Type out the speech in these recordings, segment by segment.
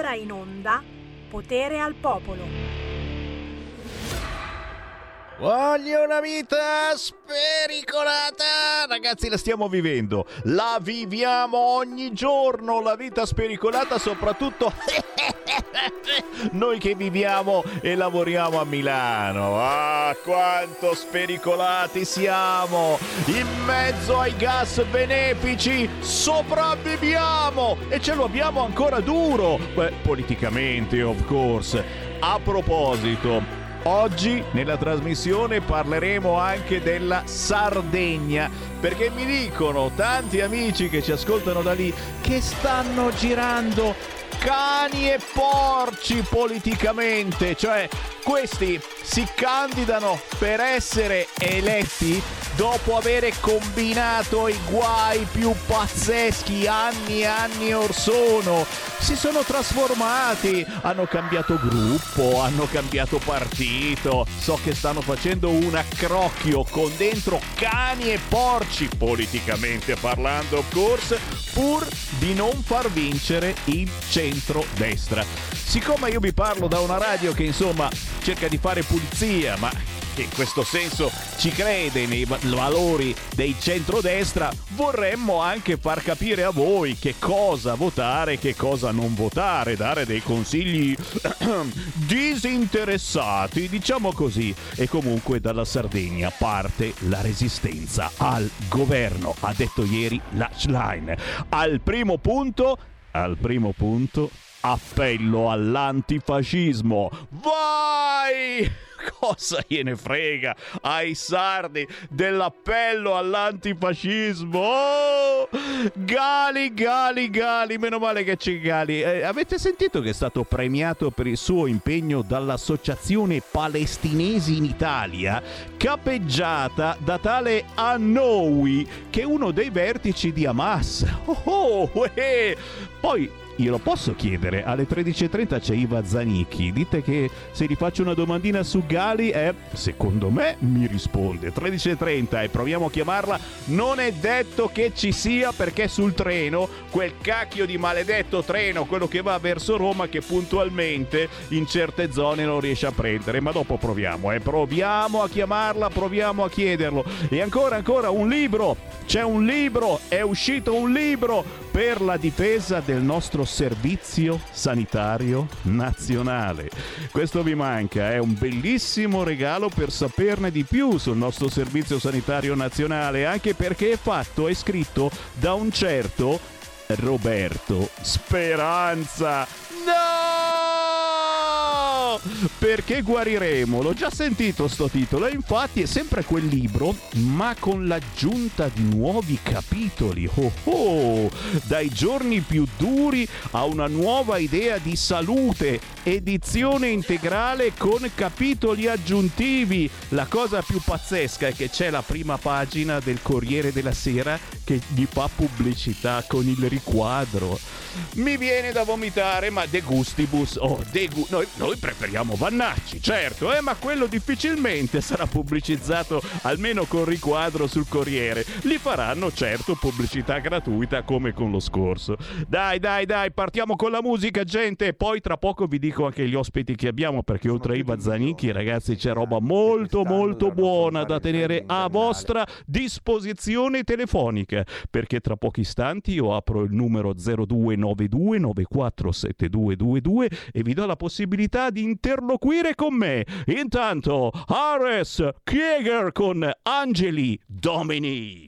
ora in onda Potere al Popolo. Voglio una vita spericolata! Ragazzi, la stiamo vivendo. La viviamo ogni giorno, la vita spericolata, soprattutto noi che viviamo e lavoriamo a Milano. Ah, quanto spericolati siamo! In mezzo ai gas benefici sopravviviamo! E ce lo abbiamo ancora duro! Beh, politicamente, of course. A proposito, oggi nella trasmissione parleremo anche della Sardegna, perché mi dicono tanti amici che ci ascoltano da lì che stanno girando cani e porci politicamente, cioè questi si candidano per essere eletti dopo avere combinato i guai più pazzeschi anni e anni or sono. Si sono trasformati, hanno cambiato gruppo, hanno cambiato partito. So che stanno facendo un accrocchio con dentro cani e porci, politicamente parlando, of course, pur di non far vincere il centro-destra. Siccome io vi parlo da una radio che insomma cerca di fare pulizia, ma in questo senso ci crede nei valori dei centrodestra, vorremmo anche far capire a voi che cosa votare e che cosa non votare, dare dei consigli disinteressati, diciamo così. E comunque dalla Sardegna parte la resistenza al governo, ha detto ieri la Schlein. Al primo punto, appello all'antifascismo. Vai! Cosa gliene frega ai sardi dell'appello all'antifascismo? Oh! Gali, meno male che c'è Gali. Avete sentito che è stato premiato per il suo impegno dall'Associazione Palestinesi in Italia, capeggiata da tale Hannoui, che è uno dei vertici di Hamas. Poi glielo posso chiedere, alle 13.30 c'è Iva Zanicchi, dite che se gli faccio una domandina su Gali, secondo me mi risponde. 13.30 e proviamo a chiamarla, non è detto che ci sia, perché sul treno, quel cacchio di maledetto treno, quello che va verso Roma, che puntualmente in certe zone non riesce a prendere, ma dopo proviamo a chiamarla, proviamo a chiederlo. E ancora un libro, c'è un libro, è uscito un libro per la difesa del nostro servizio sanitario nazionale. Questo vi manca, è un bellissimo regalo per saperne di più sul nostro servizio sanitario nazionale, anche perché è scritto da un certo Roberto Speranza. No! Perché guariremo? L'ho già sentito sto titolo, e infatti è sempre quel libro, ma con l'aggiunta di nuovi capitoli. Dai giorni più duri a una nuova idea di salute, edizione integrale con capitoli aggiuntivi. La cosa più pazzesca è che c'è la prima pagina del Corriere della Sera che gli fa pubblicità con il riquadro. Mi viene da vomitare, ma de gustibus, noi preferiamo Vannacci, certo, ma quello difficilmente sarà pubblicizzato almeno con riquadro sul Corriere. Li faranno certo pubblicità gratuita come con lo scorso. Dai, partiamo con la musica, gente, poi tra poco vi dico anche gli ospiti che abbiamo, perché oltre a Iva Zanicchi, ragazzi, c'è roba molto buona da tenere a vostra disposizione telefonica, perché tra pochi istanti io apro il numero 0292 947222 e vi do la possibilità di interloquire con me. Intanto Ares Krieger con Angeli Domini.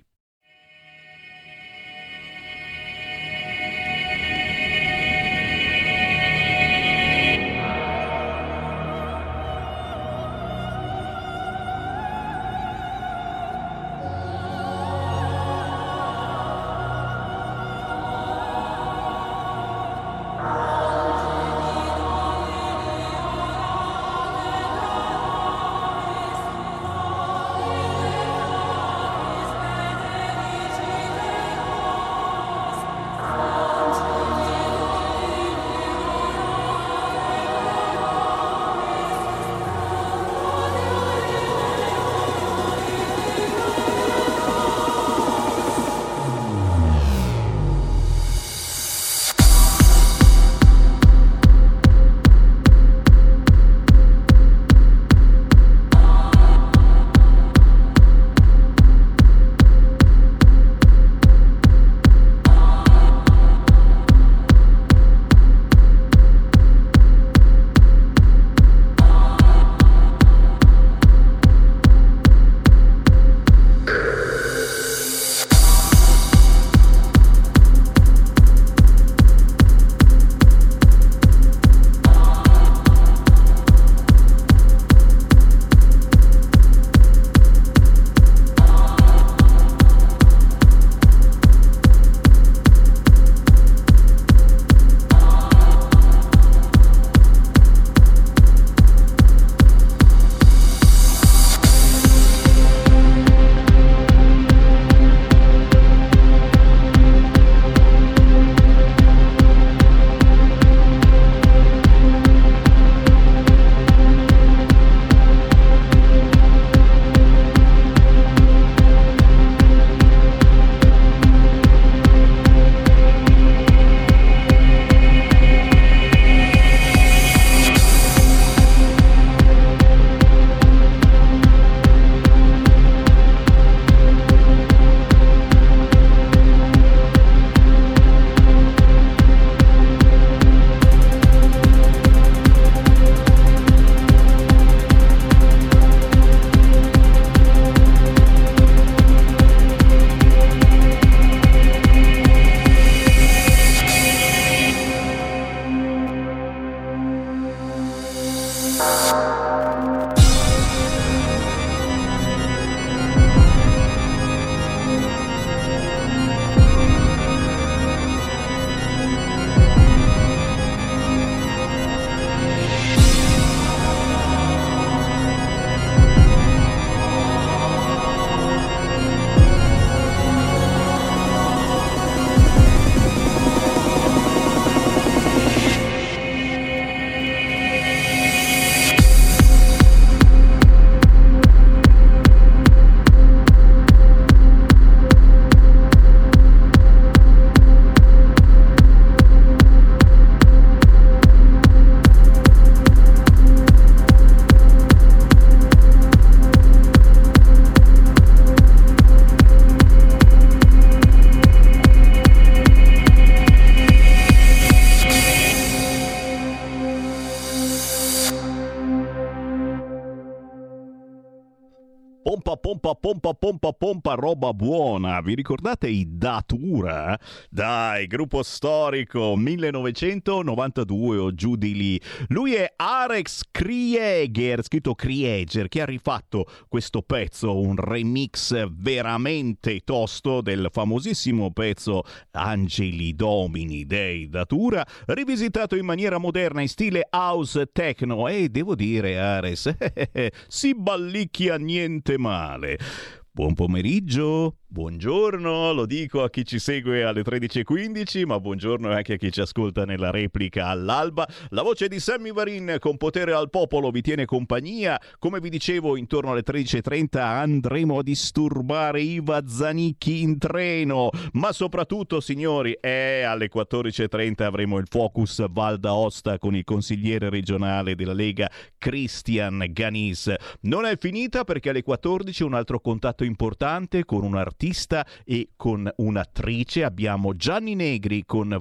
pompa, roba buona. Vi ricordate i Datura? Dai, gruppo storico 1992 o giù di lì. Lui è Alex Krieger, scritto Krieger, che ha rifatto questo pezzo, un remix veramente tosto del famosissimo pezzo Angeli Domini dei Datura, rivisitato in maniera moderna in stile house techno, e devo dire, Ares, si ballicchia niente male. Buon pomeriggio, buongiorno, lo dico a chi ci segue alle 13.15, ma buongiorno anche a chi ci ascolta nella replica all'alba. La voce di Sammy Varin con Potere al Popolo vi tiene compagnia. Come vi dicevo, intorno alle 13.30 andremo a disturbare Iva Zanicchi in treno, ma soprattutto, signori, alle 14.30 avremo il Focus Val d'Aosta con il consigliere regionale della Lega Christian Ganis. Non è finita, perché alle 14 un altro contatto importante con un artista e con un'attrice. Abbiamo Gianni Negri con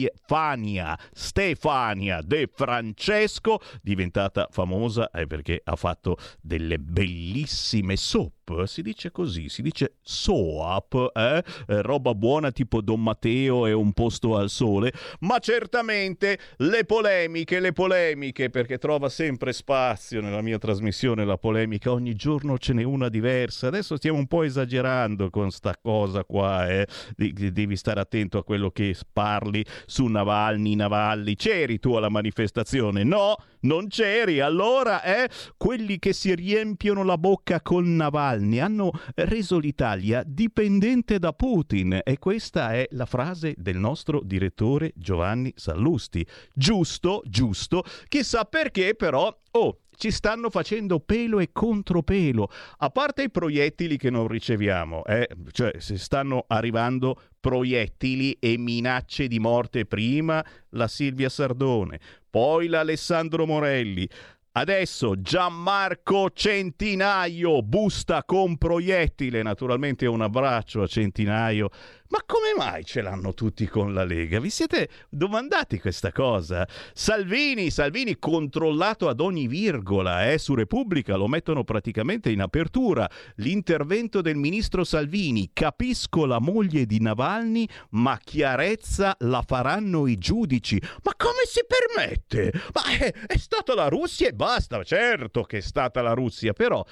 Stefania De Francesco, diventata famosa perché ha fatto delle bellissime soap. Si dice così, si dice soap, roba buona tipo Don Matteo e Un posto al sole. Ma certamente le polemiche, perché trova sempre spazio nella mia trasmissione la polemica, ogni giorno ce n'è una diversa. Adesso stiamo un po' esagerando con sta cosa qua, devi stare attento a quello che parli su Navalny. C'eri tu alla manifestazione? No, non c'eri. Allora, quelli che si riempiono la bocca con Navalny hanno reso l'Italia dipendente da Putin, e questa è la frase del nostro direttore Giovanni Sallusti. Giusto, chissà perché però, ci stanno facendo pelo e contropelo, a parte i proiettili che non riceviamo, cioè se stanno arrivando proiettili e minacce di morte, prima la Silvia Sardone, poi l'Alessandro Morelli, adesso Gianmarco Centinaio busta con proiettile. Naturalmente un abbraccio a Centinaio. Ma come mai ce l'hanno tutti con la Lega? Vi siete domandati questa cosa? Salvini controllato ad ogni virgola, su Repubblica lo mettono praticamente in apertura. L'intervento del ministro Salvini: capisco la moglie di Navalny, ma chiarezza la faranno i giudici. Ma come si permette? Ma è stata la Russia e basta. Certo che è stata la Russia, però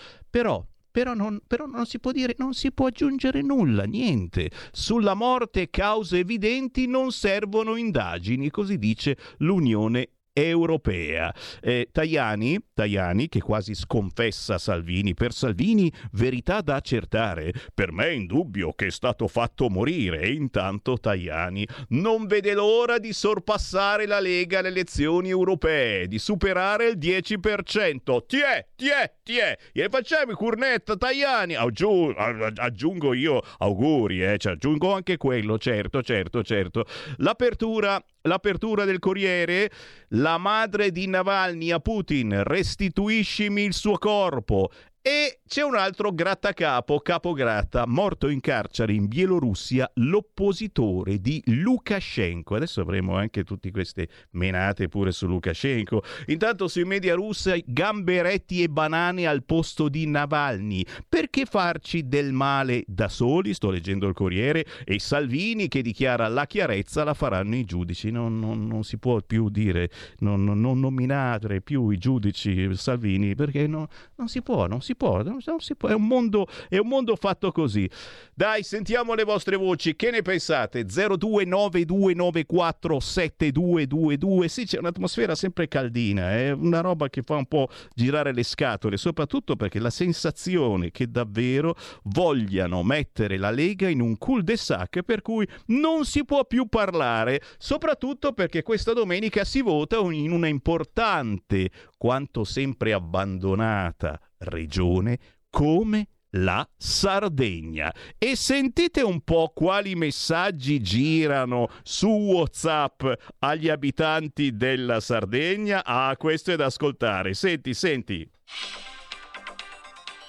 non si può dire, non si può aggiungere nulla, niente. Sulla morte cause evidenti non servono indagini, così dice l'Unione Europea. Tajani che quasi sconfessa Salvini. Per Salvini verità da accertare, per me è indubbio che è stato fatto morire. E intanto Tajani non vede l'ora di sorpassare la Lega alle elezioni europee, di superare il 10%. Tiè, e facciamo i cornetta Tajani. Aggiungo io auguri, aggiungo anche quello, certo. L'apertura del Corriere: la madre di Navalny a Putin, restituiscimi il suo corpo. E c'è un altro capogratta, morto in carcere in Bielorussia l'oppositore di Lukashenko. Adesso avremo anche tutte queste menate pure su Lukashenko. Intanto sui media russi, gamberetti e banane al posto di Navalny. Perché farci del male da soli? Sto leggendo il Corriere. E Salvini che dichiara: la chiarezza la faranno i giudici. Non si può più dire, non nominare più i giudici Salvini, perché non si può. È un mondo fatto così. Dai, sentiamo le vostre voci, che ne pensate? 0292947222. Sì, c'è un'atmosfera sempre caldina, è una roba che fa un po' girare le scatole, soprattutto perché la sensazione che davvero vogliano mettere la Lega in un cul-de-sac per cui non si può più parlare, soprattutto perché questa domenica si vota in una importante, quanto sempre abbandonata regione come la Sardegna. E sentite un po' quali messaggi girano su WhatsApp agli abitanti della Sardegna. Questo è da ascoltare. Senti.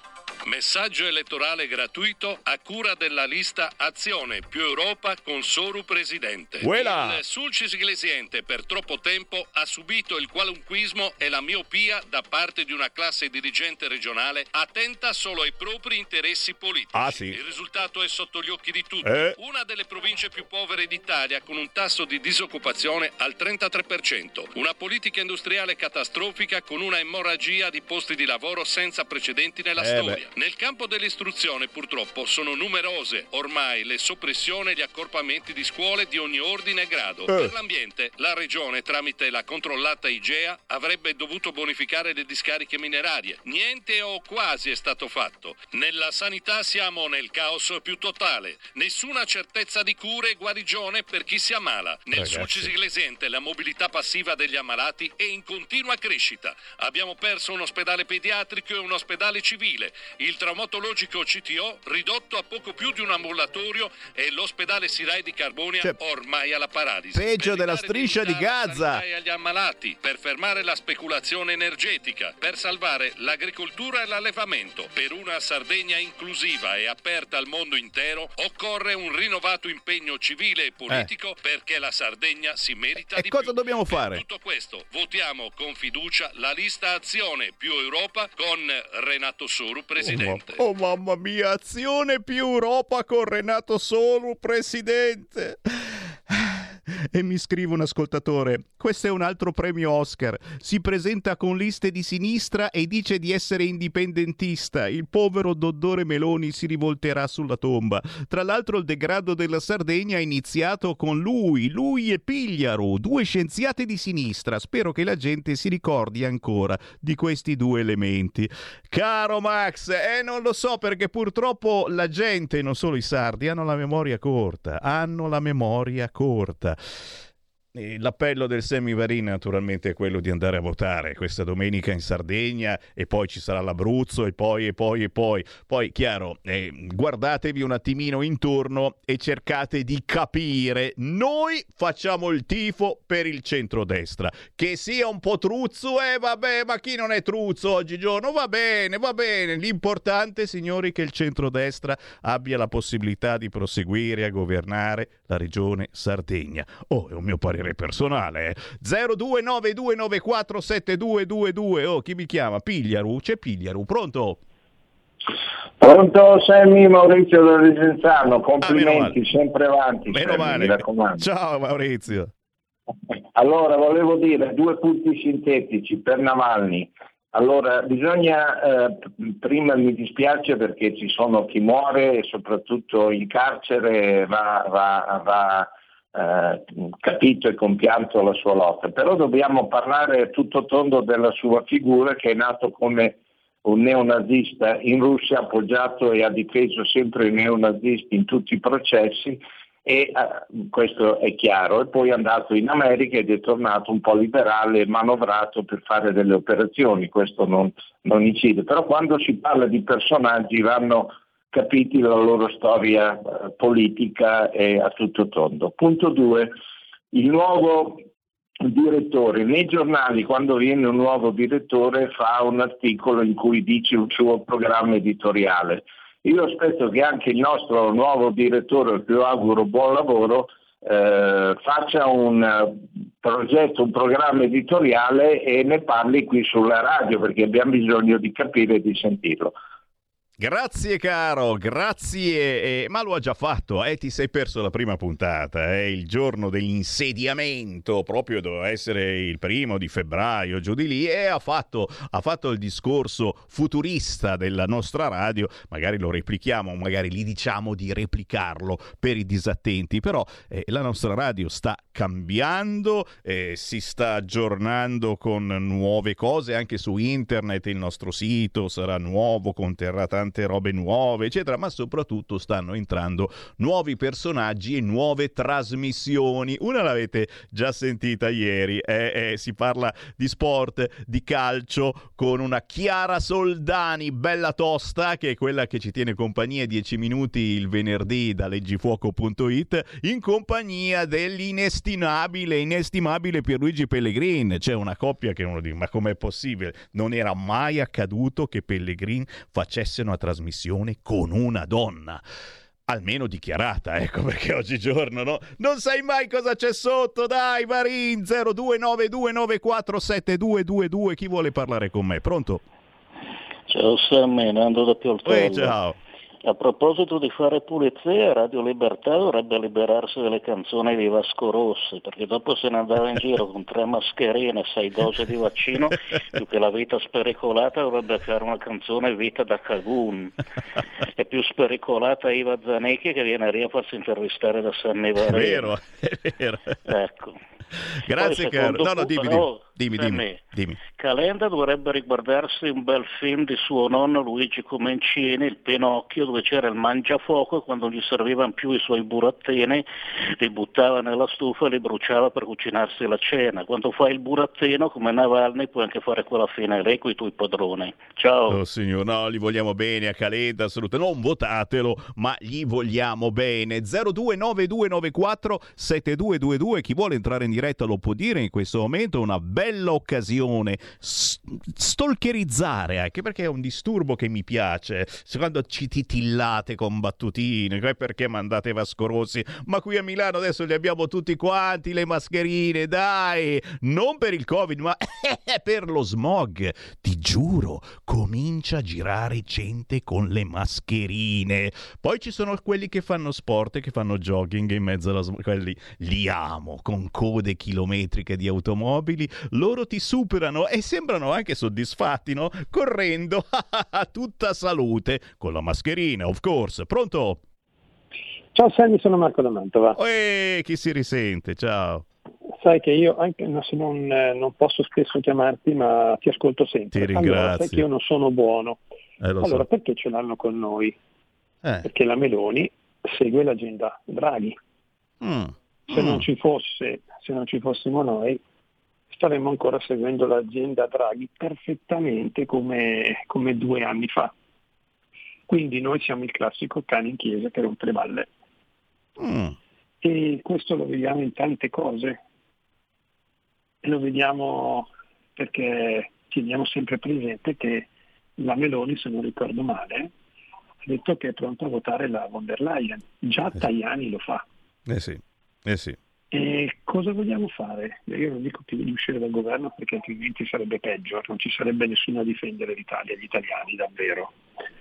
Messaggio elettorale gratuito a cura della lista Azione più Europa con Soru presidente. Voilà. Il Sulcis Iglesiente per troppo tempo ha subito il qualunquismo e la miopia da parte di una classe dirigente regionale attenta solo ai propri interessi politici. Ah, sì. Il risultato è sotto gli occhi di tutti. Una delle province più povere d'Italia con un tasso di disoccupazione al 33%. Una politica industriale catastrofica con una emorragia di posti di lavoro senza precedenti nella storia. Nel campo dell'istruzione purtroppo sono numerose ormai le soppressioni e gli accorpamenti di scuole di ogni ordine e grado. Per l'ambiente la regione tramite la controllata IGEA avrebbe dovuto bonificare le discariche minerarie. Niente o quasi è stato fatto. Nella sanità siamo nel caos più totale. Nessuna certezza di cure e guarigione per chi si ammala. Nel Sulcis Iglesiente la mobilità passiva degli ammalati è in continua crescita. Abbiamo perso un ospedale pediatrico e un ospedale civile. Il traumatologico CTO ridotto a poco più di un ambulatorio e l'ospedale Sirai di Carbonia ormai alla paralisi. Peggio della striscia di Gaza. E agli ammalati, per fermare la speculazione energetica, per salvare l'agricoltura e l'allevamento, per una Sardegna inclusiva e aperta al mondo intero, occorre un rinnovato impegno civile e politico perché la Sardegna si merita di più. E cosa dobbiamo fare? Per tutto questo votiamo con fiducia la lista Azione più Europa con Renato Soru presidente. Oh mamma mia, Azione più Europa con Renato Soru presidente. E mi scrive un ascoltatore: questo è un altro premio Oscar, si presenta con liste di sinistra e dice di essere indipendentista, il povero Doddore Meloni si rivolterà sulla tomba. Tra l'altro il degrado della Sardegna è iniziato con lui e Pigliaru, due scienziati di sinistra. Spero che la gente si ricordi ancora di questi due elementi. Caro Max, non lo so, perché purtroppo la gente, non solo i sardi, hanno la memoria corta. E l'appello del Semivarin naturalmente è quello di andare a votare questa domenica in Sardegna, e poi ci sarà l'Abruzzo e poi. Poi chiaro, guardatevi un attimino intorno e cercate di capire. Noi facciamo il tifo per il centrodestra, che sia un po' truzzo, vabbè, ma chi non è truzzo oggigiorno? Va bene, l'importante, signori, è che il centrodestra abbia la possibilità di proseguire a governare la regione Sardegna. È un mio parere personale. 0292947222. Chi mi chiama? Pigliaru? C'è Pigliaru, pronto? Pronto, Sammy, Maurizio da Desenzano, complimenti, sempre avanti. Meno Sammy, male. mi raccomando. Ciao Maurizio. Allora, volevo dire due punti sintetici per Navalny. Allora, bisogna, prima mi dispiace perché ci sono chi muore e soprattutto in carcere va capito e compianto la sua lotta, però dobbiamo parlare tutto tondo della sua figura, che è nato come un neonazista in Russia, appoggiato e ha difeso sempre i neonazisti in tutti i processi, e questo è chiaro, e poi è andato in America ed è tornato un po' liberale e manovrato per fare delle operazioni. Questo non incide, però quando si parla di personaggi vanno capiti la loro storia politica e a tutto tondo. Punto 2, il nuovo direttore. Nei giornali, quando viene un nuovo direttore, fa un articolo in cui dice un suo programma editoriale. Io aspetto che anche il nostro nuovo direttore, al cui auguro buon lavoro, faccia un progetto, un programma editoriale e ne parli qui sulla radio, perché abbiamo bisogno di capire e di sentirlo. Grazie caro, grazie, ma lo ha già fatto, ti sei perso la prima puntata, il giorno dell'insediamento, proprio doveva essere il 1 di febbraio, giù di lì, e ha fatto il discorso futurista della nostra radio. Magari lo replichiamo, magari gli diciamo di replicarlo per i disattenti, però la nostra radio sta cambiando, si sta aggiornando con nuove cose, anche su internet il nostro sito sarà nuovo, conterrà tante robe nuove, eccetera, ma soprattutto stanno entrando nuovi personaggi e nuove trasmissioni. Una l'avete già sentita ieri, si parla di sport, di calcio, con una Chiara Soldani bella tosta, che è quella che ci tiene compagnia 10 minuti il venerdì da leggifuoco.it, in compagnia inestimabile Pierluigi Pellegrin. C'è una coppia che uno dice: ma com'è possibile? Non era mai accaduto che Pellegrin facesse una una trasmissione con una donna. Almeno dichiarata, ecco, perché oggigiorno no? Non sai mai cosa c'è sotto, dai, Marin, 0292947222, chi vuole parlare con me? Pronto? Ciao Sammy, Nando da Pioltello. Ciao. A proposito di fare pulizia, Radio Libertà dovrebbe liberarsi delle canzoni di Vasco Rossi, perché dopo se ne andava in giro con 3 mascherine e 6 dosi di vaccino, più che la vita spericolata dovrebbe fare una canzone Vita da Cagun. È più spericolata Iva Zanicchi che viene lì a farsi intervistare da Sammy Varin. È vero. Ecco. Grazie caro. No, dimmi. Calenda dovrebbe riguardarsi un bel film di suo nonno Luigi Comencini, il Pinocchio, dove c'era il mangiafuoco e quando gli servivano più i suoi burattini li buttava nella stufa e li bruciava per cucinarsi la cena. Quando fai il burattino come Navalny puoi anche fare quella fine lì con i tuoi padroni. Ciao. Oh signor, no, gli vogliamo bene a Calenda, assolutamente. Non votatelo, ma gli vogliamo bene. 0292947222, chi vuole entrare in diretta lo può dire in questo momento, una bella occasione. Stalkerizzare, anche perché è un disturbo che mi piace. Quando ci titillate con battutine, perché mandate Vasco Rossi? Ma qui a Milano adesso li abbiamo tutti quanti le mascherine, dai! Non per il Covid, ma per lo smog. Ti giuro, comincia a girare gente con le mascherine. Poi ci sono quelli che fanno sport e che fanno jogging in mezzo alla quelli li amo, con code chilometriche di automobili. Loro ti superano e sembrano anche soddisfatti, no? Correndo a tutta salute con la mascherina, of course. Pronto? Ciao Sammy, sono Marco da Mantova. Chi si risente? Ciao. Sai che io, anche se non posso spesso chiamarti, ma ti ascolto sempre. Ti ringrazio. Allora, sai che io non sono buono. Allora, so. Perché ce l'hanno con noi? Perché la Meloni segue l'agenda Draghi. Se non ci fossimo noi, staremmo ancora seguendo l'agenda Draghi perfettamente come 2 anni fa. Quindi noi siamo il classico cane in chiesa che rompe le balle. E questo lo vediamo in tante cose. E lo vediamo perché teniamo sempre presente che la Meloni, se non ricordo male, ha detto che è pronta a votare la von der Leyen. Già Tajani lo fa. Sì. E cosa vogliamo fare? Io non dico che devi uscire dal governo perché altrimenti sarebbe peggio, non ci sarebbe nessuno a difendere l'Italia, gli italiani davvero.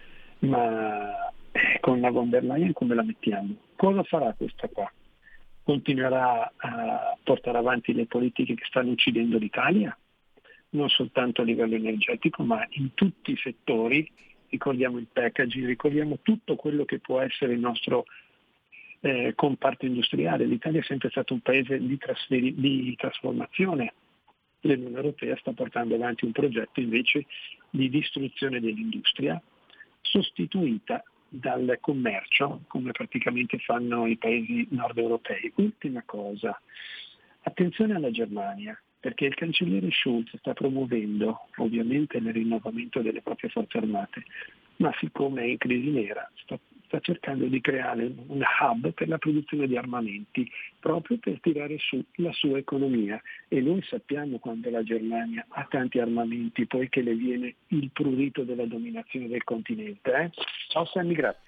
Ma con la von der Leyen come la mettiamo? Cosa farà questa qua? Continuerà a portare avanti le politiche che stanno uccidendo l'Italia? Non soltanto a livello energetico, ma in tutti i settori. Ricordiamo il packaging, ricordiamo tutto quello che può essere il nostro comparto industriale. L'Italia è sempre stato un paese di trasformazione. L'Unione Europea sta portando avanti un progetto invece di distruzione dell'industria, sostituita dal commercio, come praticamente fanno i paesi nord europei. Ultima cosa, attenzione alla Germania, perché il cancelliere Schulz sta promuovendo ovviamente il rinnovamento delle proprie forze armate, ma siccome è in crisi nera sta cercando di creare un hub per la produzione di armamenti, proprio per tirare su la sua economia. E noi sappiamo quando la Germania ha tanti armamenti, poiché le viene il prurito della dominazione del continente. Ciao Sammy, grazie.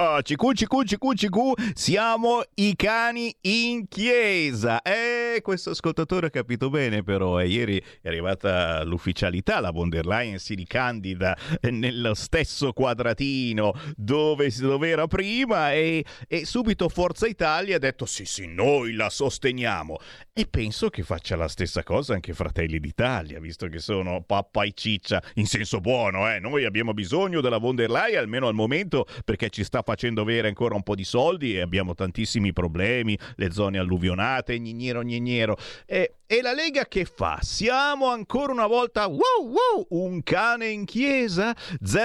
CQ, siamo i cani in chiesa. Questo ascoltatore ha capito bene, però ieri è arrivata l'ufficialità, la von der Leyen si ricandida nello stesso quadratino dove era prima e subito Forza Italia ha detto sì, noi la sosteniamo, e penso che faccia la stessa cosa anche Fratelli d'Italia, visto che sono pappa e ciccia in senso buono. Noi abbiamo bisogno della von der Leyen almeno al momento, perché ci sta facendo avere ancora un po' di soldi e abbiamo tantissimi problemi, le zone alluvionate, gnignero. E la Lega che fa? Siamo ancora una volta un cane in chiesa?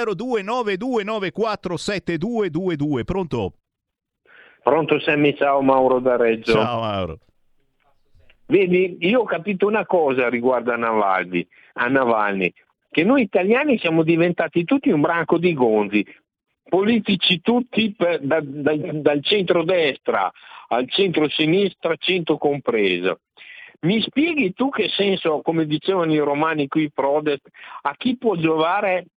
0292947222. Pronto Sammy, ciao, Mauro da Reggio. Ciao Mauro. Vedi, io ho capito una cosa riguardo a Navalny, che noi italiani siamo diventati tutti un branco di gonzi, politici tutti dal centro-destra al centro-sinistra, centro compreso. Mi spieghi tu che senso, come dicevano i romani qui Prodet, a chi può giovare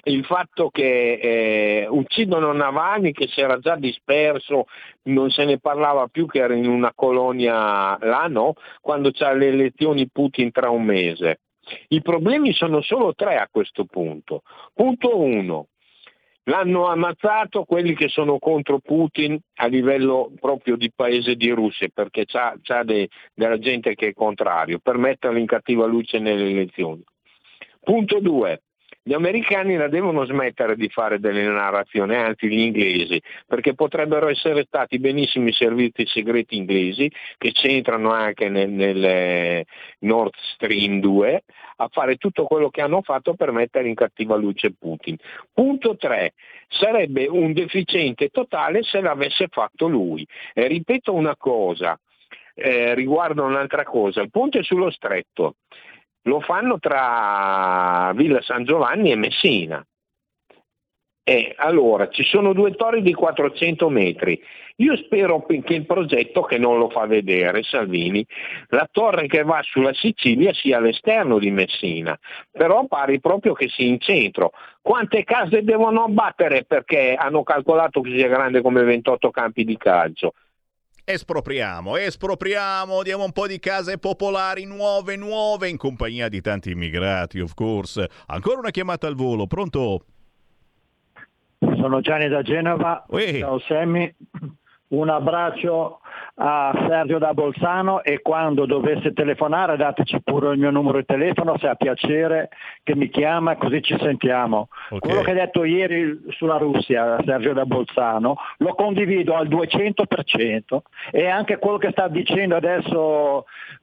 il fatto che uccidono Navalny, che si era già disperso, non se ne parlava più, che era in una colonia là, no? Quando c'ha le elezioni Putin tra un mese. I problemi sono solo 3 a questo punto. Punto 1. L'hanno ammazzato quelli che sono contro Putin a livello proprio di paese di Russia, perché c'ha della gente che è contrario, per metterlo in cattiva luce nelle elezioni. Punto 2. Gli americani la devono smettere di fare delle narrazioni, anzi gli inglesi, perché potrebbero essere stati benissimo i servizi segreti inglesi, che c'entrano anche nel Nord Stream 2, a fare tutto quello che hanno fatto per mettere in cattiva luce Putin. Punto 3. Sarebbe un deficiente totale se l'avesse fatto lui. Ripeto una cosa, riguardo un'altra cosa, il ponte sullo stretto lo fanno tra Villa San Giovanni e Messina. E allora ci sono 2 torri di 400 metri. Io spero che il progetto, che non lo fa vedere Salvini, la torre che va sulla Sicilia sia all'esterno di Messina, però pare proprio che sia in centro. Quante case devono abbattere perché hanno calcolato che sia grande come 28 campi di calcio? Espropriamo, diamo un po' di case popolari nuove in compagnia di tanti immigrati, of course. Ancora una chiamata al volo, pronto? Sono Gianni da Genova. Ciao Sammy, un abbraccio a Sergio da Bolzano, e quando dovesse telefonare dateci pure il mio numero di telefono, se ha piacere che mi chiama, così ci sentiamo. Okay. Quello che ha detto ieri sulla Russia Sergio da Bolzano lo condivido al 200%, e anche quello che sta dicendo adesso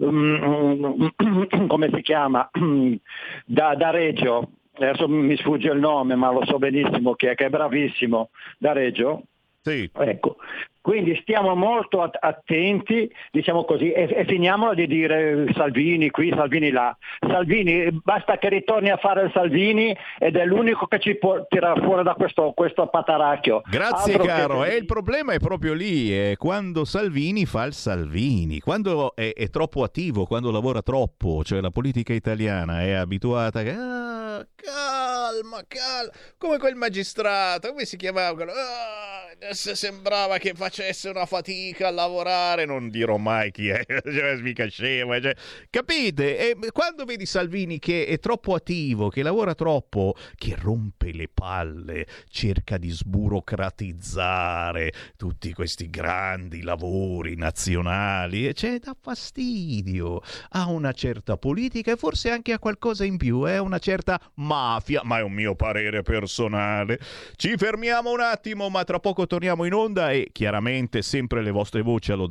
come si chiama da Reggio, adesso mi sfugge il nome ma lo so benissimo che è bravissimo, da Reggio. Sì. Ecco, quindi stiamo molto attenti, diciamo così, e finiamola di dire Salvini qui, Salvini là. Salvini, basta che ritorni a fare il Salvini ed è l'unico che ci può tirare fuori da questo pataracchio. Grazie altro caro, il problema è proprio lì, è quando Salvini fa il Salvini, quando è troppo attivo, quando lavora troppo, cioè la politica italiana è abituata a calma, come quel magistrato, come si chiamava? Sembrava che facesse una fatica a lavorare, non dirò mai chi è, mica scema, capite? E quando vedi Salvini che è troppo attivo, che lavora troppo, che rompe le palle, cerca di sburocratizzare tutti questi grandi lavori nazionali, e dà fastidio a una certa politica e forse anche a qualcosa in più, una certa mafia, ma è un mio parere personale. Ci fermiamo un attimo, ma tra poco torniamo in onda, e chiaramente sempre le vostre voci allo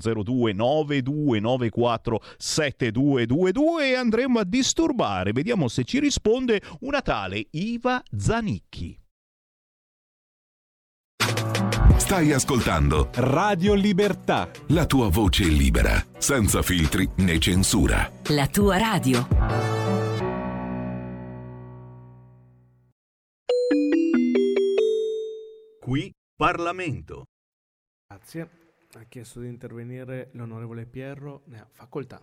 0292947222, e andremo a disturbare, vediamo se ci risponde una tale Iva Zanicchi. Stai ascoltando Radio Libertà, la tua voce libera, senza filtri né censura. La tua radio. Qui Parlamento. Grazie. Ha chiesto di intervenire l'onorevole Pierro. Ne ha facoltà.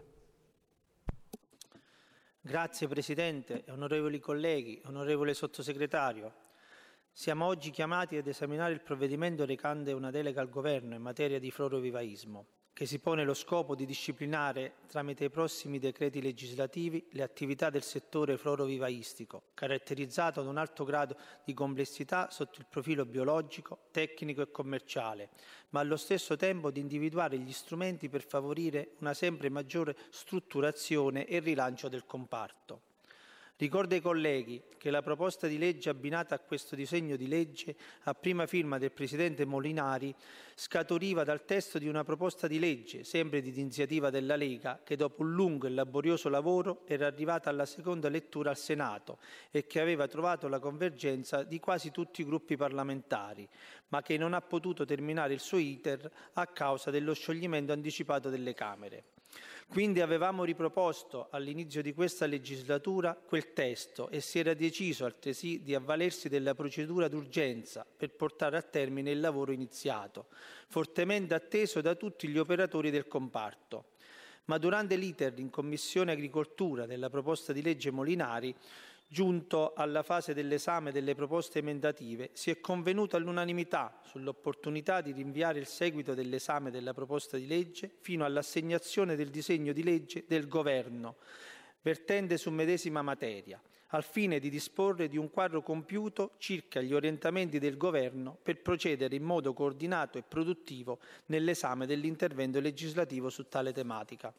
Grazie Presidente, onorevoli colleghi, onorevole Sottosegretario. Siamo oggi chiamati ad esaminare il provvedimento recante una delega al Governo in materia di florovivaismo, che si pone lo scopo di disciplinare, tramite i prossimi decreti legislativi, le attività del settore florovivaistico, caratterizzato da un alto grado di complessità sotto il profilo biologico, tecnico e commerciale, ma allo stesso tempo di individuare gli strumenti per favorire una sempre maggiore strutturazione e rilancio del comparto. Ricordo ai colleghi che la proposta di legge abbinata a questo disegno di legge, a prima firma del Presidente Molinari, scaturiva dal testo di una proposta di legge, sempre di iniziativa della Lega, che dopo un lungo e laborioso lavoro era arrivata alla seconda lettura al Senato e che aveva trovato la convergenza di quasi tutti i gruppi parlamentari, ma che non ha potuto terminare il suo iter a causa dello scioglimento anticipato delle Camere. Quindi avevamo riproposto all'inizio di questa legislatura quel testo e si era deciso altresì di avvalersi della procedura d'urgenza per portare a termine il lavoro iniziato, fortemente atteso da tutti gli operatori del comparto. Ma durante l'iter in Commissione Agricoltura della proposta di legge Molinari, giunto alla fase dell'esame delle proposte emendative, si è convenuto all'unanimità sull'opportunità di rinviare il seguito dell'esame della proposta di legge fino all'assegnazione del disegno di legge del Governo, vertente su medesima materia, al fine di disporre di un quadro compiuto circa gli orientamenti del Governo per procedere in modo coordinato e produttivo nell'esame dell'intervento legislativo su tale tematica.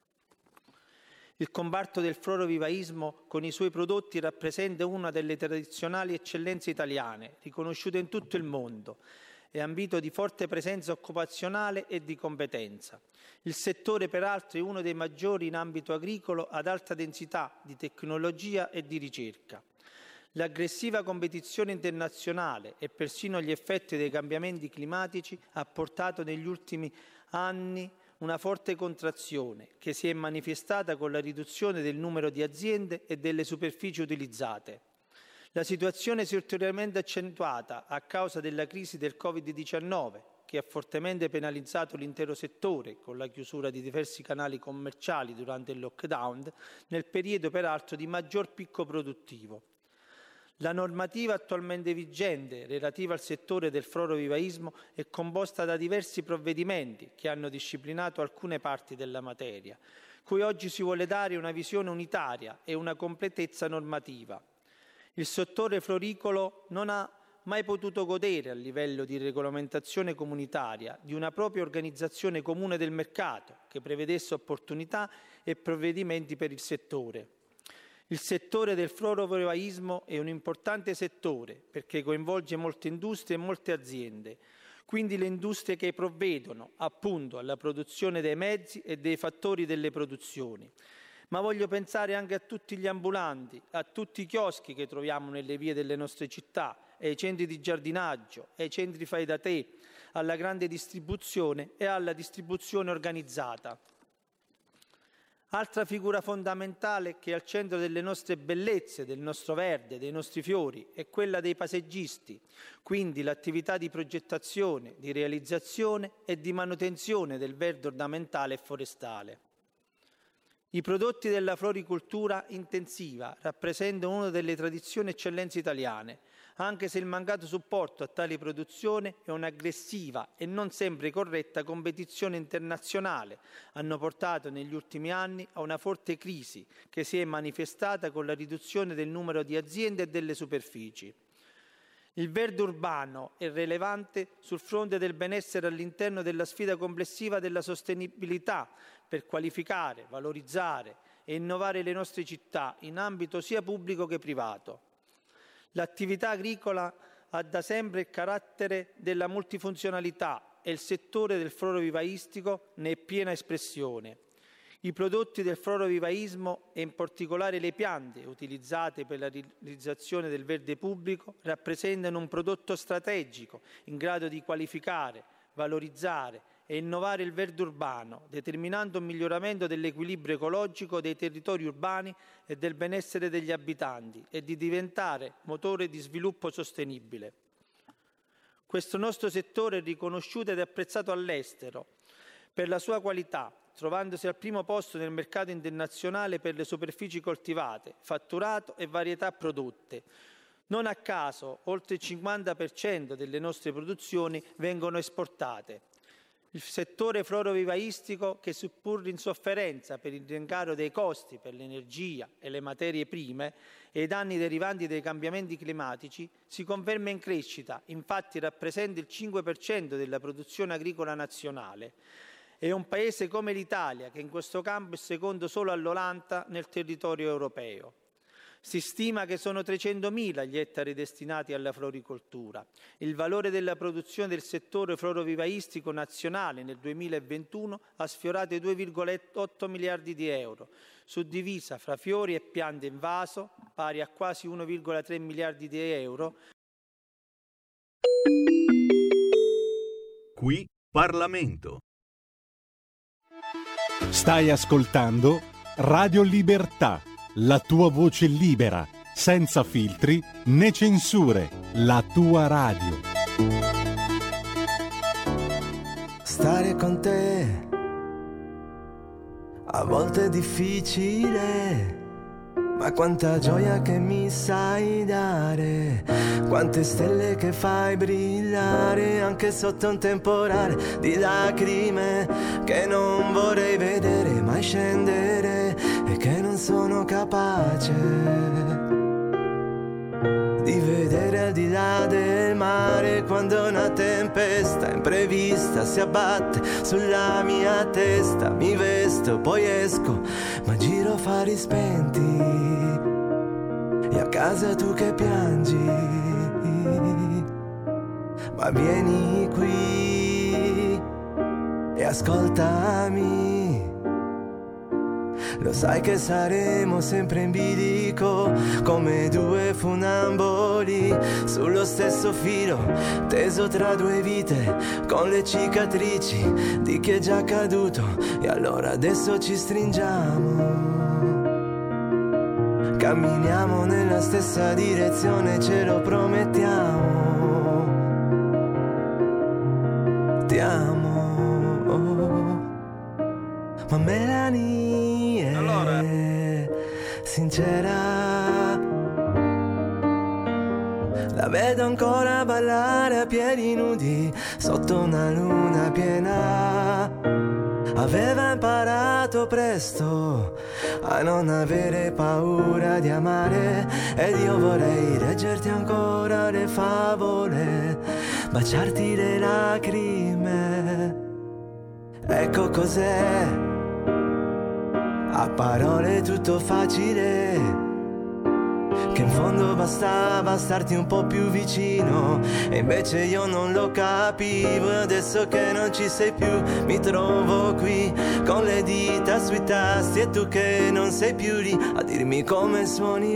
Il comparto del florovivaismo con i suoi prodotti rappresenta una delle tradizionali eccellenze italiane, riconosciute in tutto il mondo e ambito di forte presenza occupazionale e di competenza. Il settore, peraltro, è uno dei maggiori in ambito agricolo ad alta densità di tecnologia e di ricerca. L'aggressiva competizione internazionale e persino gli effetti dei cambiamenti climatici ha portato negli ultimi anni una forte contrazione che si è manifestata con la riduzione del numero di aziende e delle superfici utilizzate. La situazione si è ulteriormente accentuata a causa della crisi del Covid-19, che ha fortemente penalizzato l'intero settore con la chiusura di diversi canali commerciali durante il lockdown, nel periodo peraltro di maggior picco produttivo. La normativa attualmente vigente relativa al settore del florovivaismo è composta da diversi provvedimenti che hanno disciplinato alcune parti della materia, cui oggi si vuole dare una visione unitaria e una completezza normativa. Il settore floricolo non ha mai potuto godere a livello di regolamentazione comunitaria di una propria organizzazione comune del mercato che prevedesse opportunità e provvedimenti per il settore. Il settore del florovivaismo è un importante settore perché coinvolge molte industrie e molte aziende, quindi le industrie che provvedono appunto alla produzione dei mezzi e dei fattori delle produzioni. Ma voglio pensare anche a tutti gli ambulanti, a tutti i chioschi che troviamo nelle vie delle nostre città, ai centri di giardinaggio, ai centri fai da te, alla grande distribuzione e alla distribuzione organizzata. Altra figura fondamentale che è al centro delle nostre bellezze, del nostro verde, dei nostri fiori, è quella dei paesaggisti, quindi l'attività di progettazione, di realizzazione e di manutenzione del verde ornamentale e forestale. I prodotti della floricoltura intensiva rappresentano una delle tradizioni eccellenze italiane, anche se il mancato supporto a tali produzioni e un'aggressiva e non sempre corretta competizione internazionale hanno portato negli ultimi anni a una forte crisi che si è manifestata con la riduzione del numero di aziende e delle superfici. Il verde urbano è rilevante sul fronte del benessere all'interno della sfida complessiva della sostenibilità per qualificare, valorizzare e innovare le nostre città in ambito sia pubblico che privato. L'attività agricola ha da sempre il carattere della multifunzionalità e il settore del florovivaistico ne è piena espressione. I prodotti del florovivaismo e in particolare le piante utilizzate per la realizzazione del verde pubblico rappresentano un prodotto strategico in grado di qualificare, valorizzare e innovare il verde urbano, determinando un miglioramento dell'equilibrio ecologico dei territori urbani e del benessere degli abitanti e di diventare motore di sviluppo sostenibile. Questo nostro settore è riconosciuto ed apprezzato all'estero per la sua qualità, trovandosi al primo posto nel mercato internazionale per le superfici coltivate, fatturato e varietà prodotte. Non a caso, oltre il 50% delle nostre produzioni vengono esportate. Il settore florovivaistico, che seppur in sofferenza per il rincaro dei costi per l'energia e le materie prime e i danni derivanti dai cambiamenti climatici, si conferma in crescita, infatti rappresenta il 5% della produzione agricola nazionale. È un paese come l'Italia che in questo campo è secondo solo all'Olanda nel territorio europeo. Si stima che sono 300.000 gli ettari destinati alla floricoltura. Il valore della produzione del settore florovivaistico nazionale nel 2021 ha sfiorato i 2,8 miliardi di euro, suddivisa fra fiori e piante in vaso, pari a quasi 1,3 miliardi di euro. Qui Parlamento. Stai ascoltando Radio Libertà. La tua voce libera, senza filtri né censure, la tua radio. Stare con te a volte è difficile, Ma quanta gioia che mi sai dare, quante stelle che fai brillare, anche sotto un temporale di lacrime che non vorrei vedere mai scendere e che non sono capace di vedere al di là del mare, quando una tempesta imprevista si abbatte sulla mia testa. Mi vesto, poi esco, ma giro fari spenti e a casa tu che piangi. Ma vieni qui e ascoltami, lo sai che saremo sempre in bilico, come due funamboli, sullo stesso filo, teso tra due vite, con le cicatrici di chi è già caduto. E allora adesso ci stringiamo, camminiamo nella stessa direzione, ce lo promettiamo. Ti amo, ma Melanie è sincera, la vedo ancora ballare a piedi nudi sotto una luna piena. Aveva imparato presto a non avere paura di amare, ed io vorrei leggerti ancora le favole, baciarti le lacrime. Ecco cos'è, a parole tutto facile, che in fondo bastava starti un po' più vicino, e invece io non lo capivo. E adesso che non ci sei più mi trovo qui con le dita sui tasti, e tu che non sei più lì a dirmi come suoni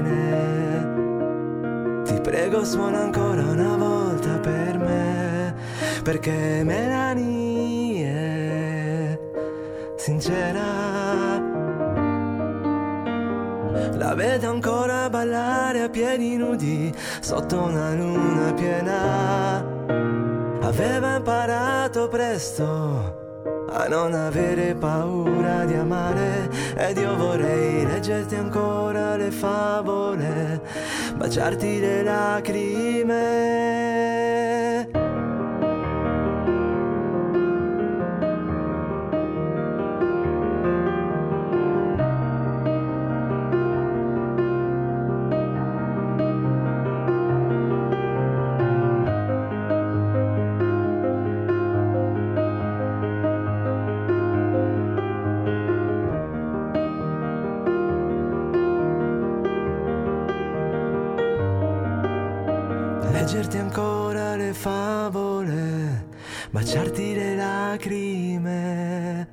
bene. Ti prego, suona ancora una volta per me, perché Melanie è sincera, la vedo ancora ballare a piedi nudi sotto una luna piena. Aveva imparato presto a non avere paura di amare, ed io vorrei leggerti ancora le favole, baciarti le lacrime. Leggerti ancora le favole, baciarti le lacrime.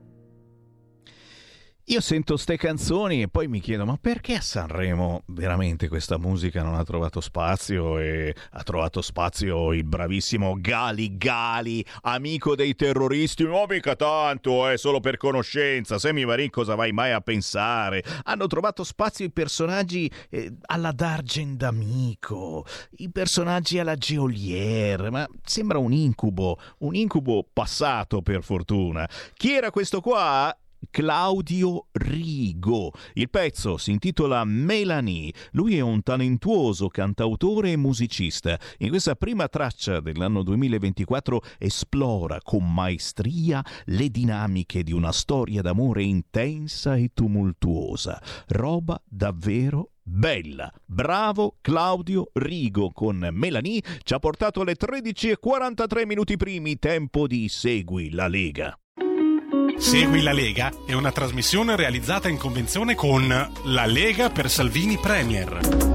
Io sento ste canzoni e poi mi chiedo, ma perché a Sanremo veramente questa musica non ha trovato spazio? E ha trovato spazio il bravissimo Gali, amico dei terroristi. No, mica tanto, solo per conoscenza. Sammy Varin, cosa vai mai a pensare? Hanno trovato spazio i personaggi alla D'Argen d'Amico, i personaggi alla Geolier, ma sembra un incubo passato, per fortuna. Chi era questo qua? Claudio Rigo. Il pezzo si intitola Melanie. Lui è un talentuoso cantautore e musicista. In questa prima traccia dell'anno 2024 esplora con maestria le dinamiche di una storia d'amore intensa e tumultuosa. Roba davvero bella. Bravo Claudio Rigo con Melanie. Ci ha portato alle 13:43 minuti primi, tempo di Segui la Lega. Segui la Lega è una trasmissione realizzata in convenzione con La Lega per Salvini Premier.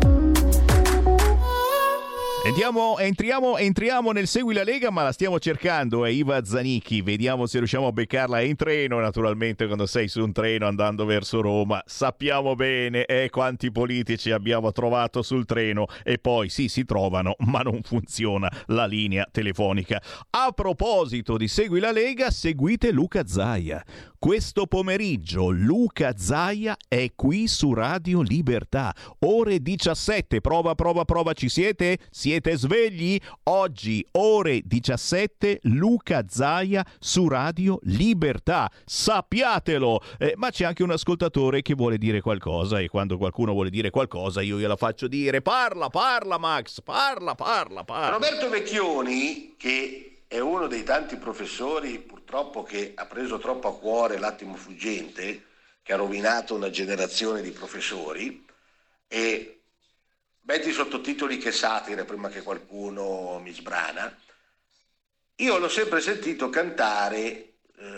Entriamo nel Segui la Lega, ma la stiamo cercando, è Iva Zanicchi. Vediamo se riusciamo a beccarla in treno. Naturalmente, quando sei su un treno andando verso Roma, sappiamo bene quanti politici abbiamo trovato sul treno e poi sì, si trovano, ma non funziona la linea telefonica. A proposito di Segui la Lega, seguite Luca Zaia. questo pomeriggio Luca Zaia è qui su Radio Libertà, ore 17, prova, ci siete? Siete svegli? Oggi, ore 17, Luca Zaia su Radio Libertà, sappiatelo! Ma c'è anche un ascoltatore che vuole dire qualcosa, e quando qualcuno vuole dire qualcosa io gliela faccio dire. Parla Max, parla. Roberto Vecchioni, che è uno dei tanti professori purtroppo che ha preso troppo a cuore l'attimo fuggente, che ha rovinato una generazione di professori, e metti i sottotitoli che satira prima che qualcuno mi sbrana. Io l'ho sempre sentito cantare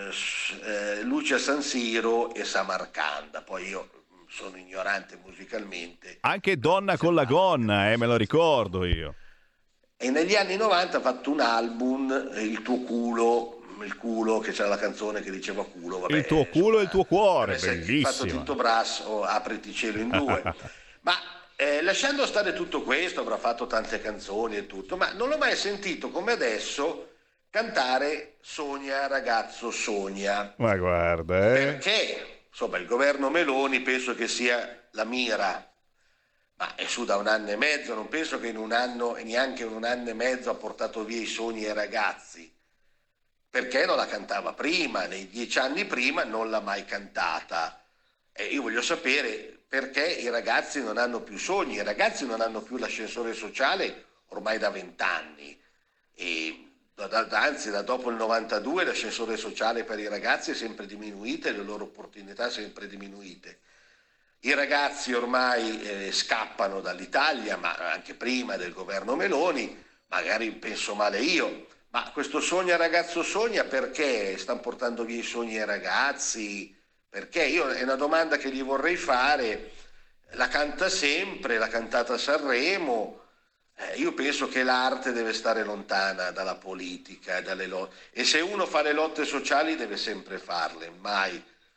Lucia San Siro e Samarcanda, poi io sono ignorante musicalmente. Anche Donna con la gonna, me lo ricordo io. E negli anni 90 ha fatto un album, Il tuo culo, il culo, che c'era la canzone che diceva culo. Vabbè, il tuo culo e il tuo cuore, bellissimo. Ha fatto Tinto Brass o Apriti cielo in due. Ma lasciando stare tutto questo, avrà fatto tante canzoni e tutto, ma non l'ho mai sentito come adesso cantare Sogna ragazzo sogna. Ma guarda, Perché, insomma, il governo Meloni penso che sia la mira, ma è su da 1 anno e mezzo, non penso che in 1 anno e neanche in 1 anno e mezzo ha portato via i sogni ai ragazzi. Perché non la cantava prima? Nei 10 anni prima non l'ha mai cantata. E io voglio sapere perché i ragazzi non hanno più sogni. I ragazzi non hanno più l'ascensore sociale ormai da 20 anni. E anzi, da dopo il 92 l'ascensore sociale per i ragazzi è sempre diminuito e le loro opportunità sempre diminuite. I ragazzi ormai scappano dall'Italia, ma anche prima del governo Meloni, magari penso male io. Ma questo Sogna ragazzo sogna perché stanno portando via i sogni ai ragazzi? Perché io è una domanda che gli vorrei fare. La canta sempre, l'ha cantata a Sanremo. Io penso che l'arte deve stare lontana dalla politica e dalle lotte. E se uno fa le lotte sociali deve sempre farle, mai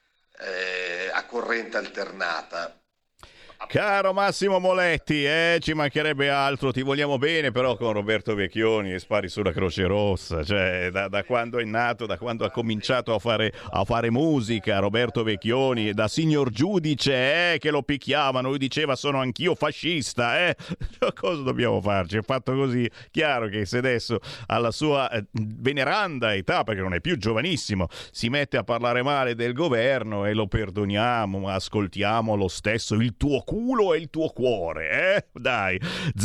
a corrente alternata. Caro Massimo Moletti, ci mancherebbe altro, ti vogliamo bene, però con Roberto Vecchioni spari sulla Croce Rossa, cioè da quando è nato, da quando ha cominciato a fare musica, Roberto Vecchioni, da signor giudice che lo picchiavano, lui diceva sono anch'io fascista, cosa dobbiamo farci? È fatto così, chiaro che se adesso alla sua veneranda età, perché non è più giovanissimo, si mette a parlare male del governo e lo perdoniamo, ma ascoltiamo lo stesso il tuo culo e il tuo cuore, dai.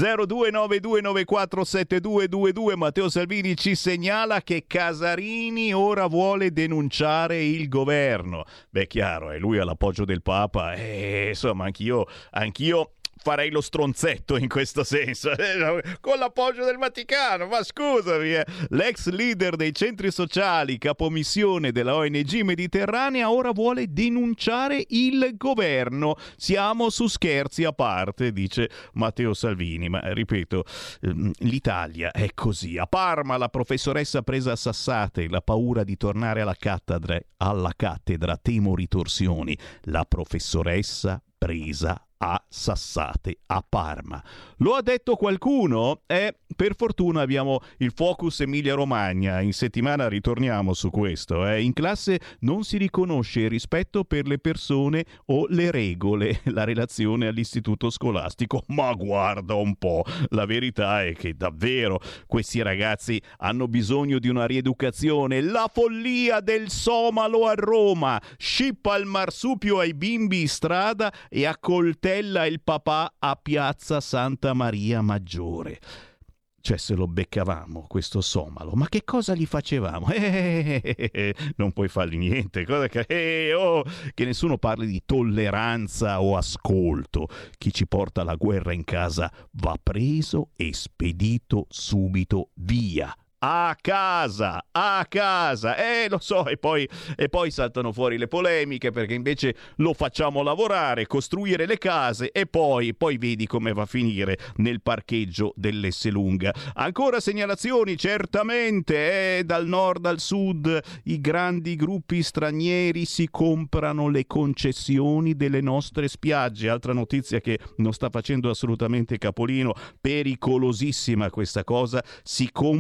0292947222. Matteo Salvini ci segnala che Casarini ora vuole denunciare il governo. Beh, chiaro, lui ha l'appoggio del Papa, insomma anch'io farei lo stronzetto in questo senso, con l'appoggio del Vaticano, ma scusami, l'ex leader dei centri sociali, capomissione della ONG Mediterranea, ora vuole denunciare il governo. Siamo su scherzi a parte, dice Matteo Salvini, ma ripeto, l'Italia è così. A Parma la professoressa presa a sassate, la paura di tornare alla cattedra, temo ritorsioni. La professoressa presa a sassate a Parma. Lo ha detto qualcuno? Per fortuna abbiamo il Focus Emilia Romagna. In settimana ritorniamo su questo. In classe non si riconosce il rispetto per le persone o le regole, la relazione all'istituto scolastico. Ma guarda un po', la verità è che davvero questi ragazzi hanno bisogno di una rieducazione. La follia del somalo a Roma, scippa il marsupio ai bimbi in strada e accoltella il papà a Piazza Santa Maria Maggiore. Cioè, se lo beccavamo questo somalo, ma che cosa gli facevamo? Non puoi fargli niente. Che nessuno parli di tolleranza o ascolto. Chi ci porta la guerra in casa va preso e spedito subito via. A casa, lo so, e poi saltano fuori le polemiche perché invece lo facciamo lavorare, costruire le case e poi vedi come va a finire nel parcheggio dell'Esselunga. Ancora segnalazioni, certamente, dal nord al sud i grandi gruppi stranieri si comprano le concessioni delle nostre spiagge. Altra notizia che non sta facendo assolutamente capolino, pericolosissima questa cosa, si comprano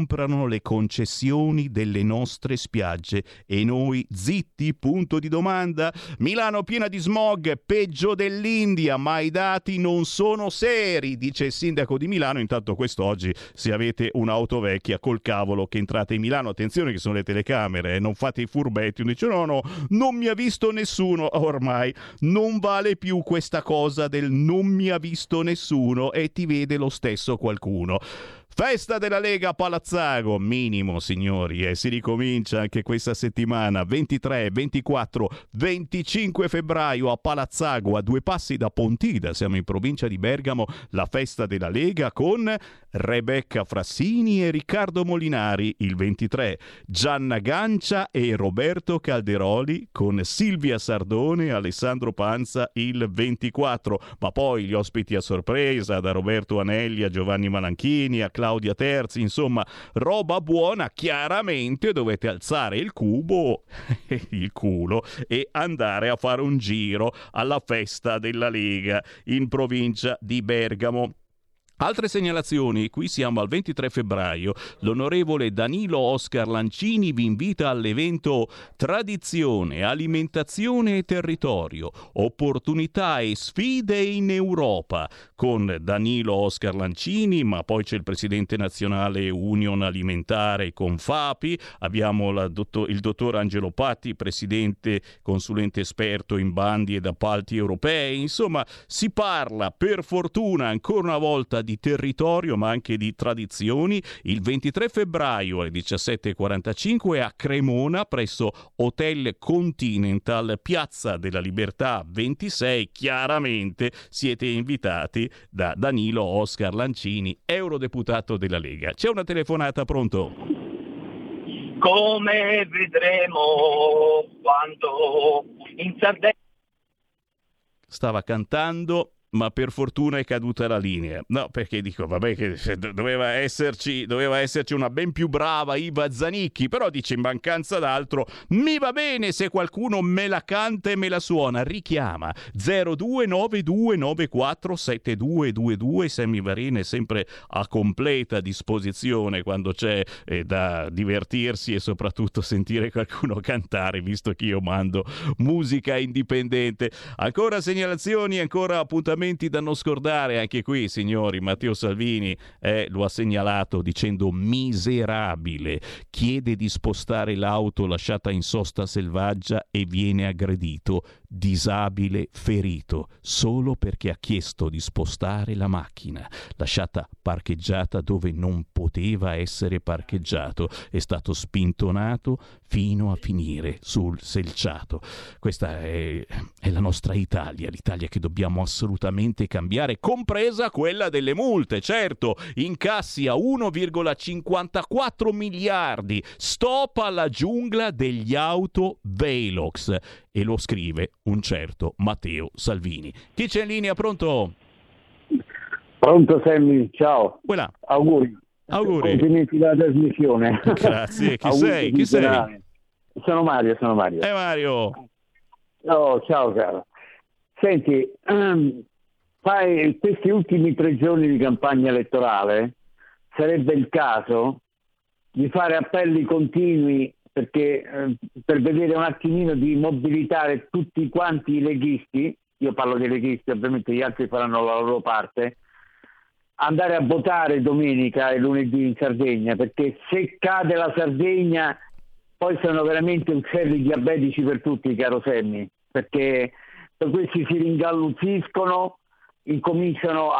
le concessioni delle nostre spiagge e noi zitti? Punto di domanda. Milano piena di smog, peggio dell'India, ma i dati non sono seri, dice il sindaco di Milano. Intanto quest'oggi, se avete un'auto vecchia, col cavolo che entrate in Milano, attenzione che sono le telecamere, non fate i furbetti. Uno dice no, non mi ha visto nessuno. Ormai non vale più questa cosa del non mi ha visto nessuno, e ti vede lo stesso qualcuno. Festa della Lega a Palazzago, minimo signori, e si ricomincia anche questa settimana, 23, 24, 25 febbraio a Palazzago, a 2 passi da Pontida, siamo in provincia di Bergamo, la festa della Lega con Rebecca Frassini e Riccardo Molinari il 23, Gianna Gancia e Roberto Calderoli con Silvia Sardone e Alessandro Panza il 24, ma poi gli ospiti a sorpresa da Roberto Anelli a Giovanni Malanchini a Claudia Terzi, insomma roba buona. Chiaramente dovete alzare il culo e andare a fare un giro alla festa della Lega in provincia di Bergamo. Altre segnalazioni, qui siamo al 23 febbraio, l'onorevole Danilo Oscar Lancini vi invita all'evento Tradizione, Alimentazione e Territorio, Opportunità e Sfide in Europa, con Danilo Oscar Lancini, ma poi c'è il presidente nazionale Union Alimentare Confapi, abbiamo il dottor Angelo Patti, presidente consulente esperto in bandi ed appalti europei, insomma si parla per fortuna ancora una volta di territorio ma anche di tradizioni. Il 23 febbraio alle 17:45 a Cremona presso Hotel Continental, Piazza della Libertà 26. Chiaramente siete invitati da Danilo Oscar Lancini, eurodeputato della Lega. C'è una telefonata, pronto? Come vedremo quando in Sardegna stava cantando, ma per fortuna è caduta la linea. No, perché dico, vabbè, che doveva esserci una ben più brava Iva Zanicchi, però dice in mancanza d'altro mi va bene se qualcuno me la canta e me la suona. Richiama 0292947222. Sammy Varin è sempre a completa disposizione quando c'è da divertirsi e soprattutto sentire qualcuno cantare, visto che io mando musica indipendente. Ancora segnalazioni, ancora appuntamenti da non scordare anche qui, signori. Matteo Salvini lo ha segnalato dicendo miserabile, chiede di spostare l'auto lasciata in sosta selvaggia e viene aggredito, disabile ferito solo perché ha chiesto di spostare la macchina lasciata parcheggiata dove non poteva essere parcheggiato, è stato spintonato fino a finire sul selciato. Questa è la nostra Italia, l'Italia che dobbiamo assolutamente cambiare, compresa quella delle multe. Certo, incassi a 1,54 miliardi, stop alla giungla degli auto Velox, e lo scrive un certo Matteo Salvini. Chi c'è in linea? Pronto? Pronto Sammy, ciao. Voilà. Auguri. Complimenti della trasmissione. Grazie. Chi sei? Chi sei? Sono Mario. Mario. Oh, ciao caro. Senti, questi ultimi 3 giorni di campagna elettorale sarebbe il caso di fare appelli continui perché per vedere un attimino di mobilitare tutti quanti i leghisti, io parlo dei leghisti, ovviamente gli altri faranno la loro parte, andare a votare domenica e lunedì in Sardegna, perché se cade la Sardegna poi sono veramente uccelli diabetici per tutti, caro Semmi, perché questi si ringalluzziscono, incominciano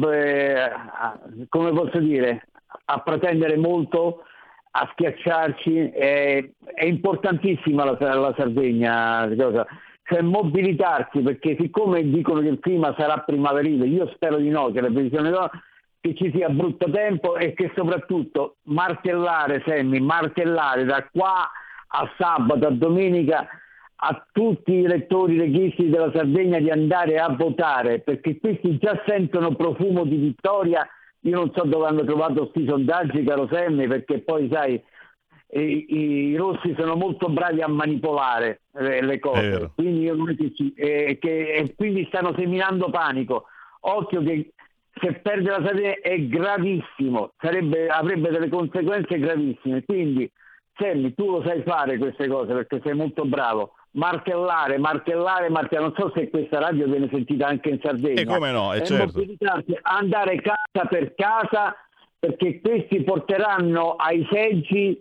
come posso dire, a pretendere molto, a schiacciarci. È importantissima la Sardegna, cioè mobilitarsi, perché siccome dicono che il clima sarà primaverile, io spero di no, che le previsioni no, che ci sia brutto tempo e che soprattutto martellare da qua a sabato, a domenica, a tutti i elettori leghisti della Sardegna di andare a votare, perché questi già sentono profumo di vittoria. Io non so dove hanno trovato questi sondaggi, caro Semmi, perché poi sai i rossi sono molto bravi a manipolare le cose, quindi quindi stanno seminando panico. Occhio che se perde la Sardegna è gravissimo, avrebbe delle conseguenze gravissime. Quindi Sammy, tu lo sai fare queste cose perché sei molto bravo. Martellare, non so se questa radio viene sentita anche in Sardegna. E come no, certo. Andare casa per casa, perché questi porteranno ai seggi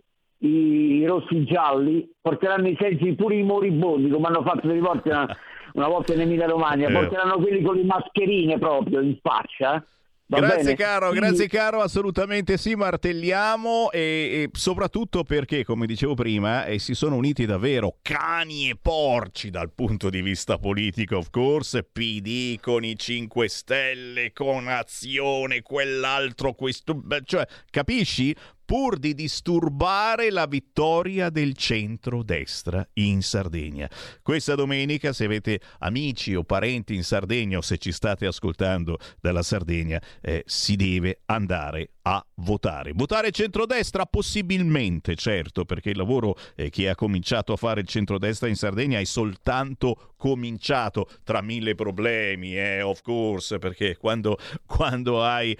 i rossi gialli, porteranno i seggi pure i moribondi, come hanno fatto delle volte una volta in Emilia Romagna, porteranno quelli con le mascherine proprio in faccia. Grazie caro, assolutamente sì, martelliamo e soprattutto perché, come dicevo prima, si sono uniti davvero cani e porci dal punto di vista politico, of course, PD con i 5 Stelle, con Azione, quell'altro, questo, cioè, capisci? Pur di disturbare la vittoria del centro-destra in Sardegna. Questa domenica, se avete amici o parenti in Sardegna o se ci state ascoltando dalla Sardegna, si deve andare a votare. Votare centrodestra possibilmente, certo, perché il lavoro che ha cominciato a fare il centrodestra in Sardegna è soltanto cominciato, tra mille problemi, of course, perché quando hai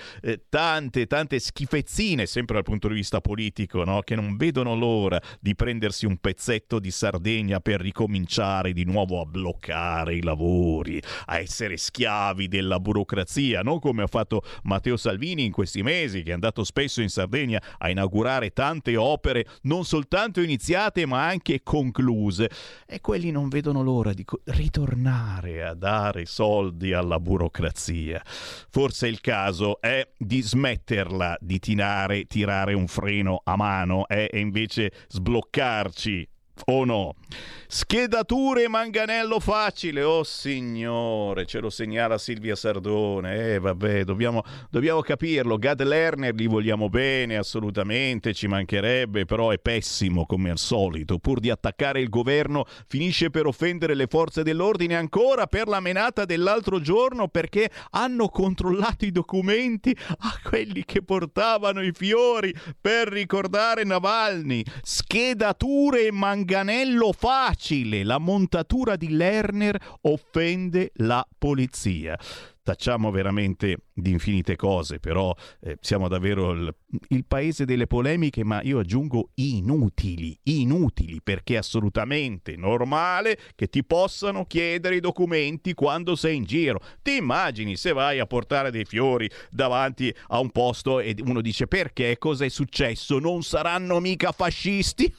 tante schifezzine, sempre dal punto di vista politico, no? Che non vedono l'ora di prendersi un pezzetto di Sardegna per ricominciare di nuovo a bloccare i lavori, a essere schiavi della burocrazia, non come ha fatto Matteo Salvini in questi mesi, che è andato spesso in Sardegna a inaugurare tante opere non soltanto iniziate ma anche concluse, e quelli non vedono l'ora di ritornare a dare soldi alla burocrazia. Forse il caso è di smetterla di tirare un freno a mano e invece sbloccarci, o no? Schedature manganello facile, oh signore, ce lo segnala Silvia Sardone. Vabbè, dobbiamo capirlo. Gad Lerner li vogliamo bene, assolutamente, ci mancherebbe, però è pessimo come al solito. Pur di attaccare il governo finisce per offendere le forze dell'ordine, ancora per la menata dell'altro giorno, perché hanno controllato i documenti a quelli che portavano i fiori per ricordare Navalny. Schedature e manganello facile. La montatura di Lerner offende la polizia. Tacciamo veramente di infinite cose, però siamo davvero il paese delle polemiche, ma io aggiungo inutili, perché è assolutamente normale che ti possano chiedere i documenti quando sei in giro. Ti immagini se vai a portare dei fiori davanti a un posto e uno dice: perché? Cosa è successo? Non saranno mica fascisti?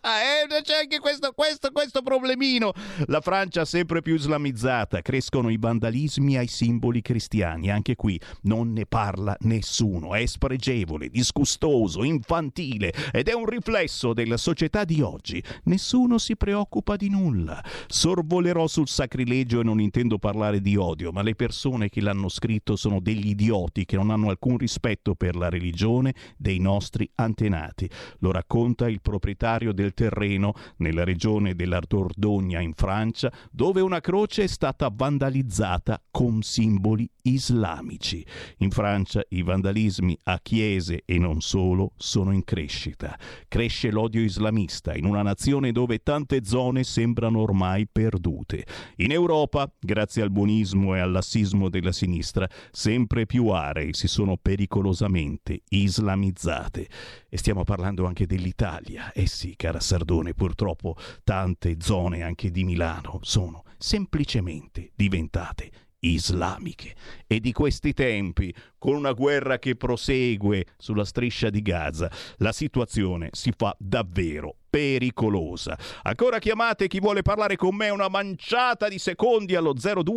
C'è anche questo problemino. La Francia sempre più islamizzata, crescono i vandalismi ai simboli cristiani. Anche qui non ne parla nessuno, è spregevole, disgustoso, infantile ed è un riflesso della società di oggi. Nessuno si preoccupa di nulla. Sorvolerò sul sacrilegio e non intendo parlare di odio, ma le persone che l'hanno scritto sono degli idioti che non hanno alcun rispetto per la religione dei nostri antenati. Lo racconta il proprietario del terreno nella regione della Dordogne in Francia, dove una croce è stata vandalizzata con simboli islamici. In Francia i vandalismi a chiese e non solo sono in crescita. Cresce l'odio islamista in una nazione dove tante zone sembrano ormai perdute. In Europa, grazie al buonismo e al lassismo della sinistra, sempre più aree si sono pericolosamente islamizzate. E stiamo parlando anche dell'Italia. Sì, cara Sardone, purtroppo tante zone anche di Milano sono semplicemente diventate islamiche. E di questi tempi, con una guerra che prosegue sulla striscia di Gaza, la situazione si fa davvero pericolosa. Ancora chiamate chi vuole parlare con me, una manciata di secondi allo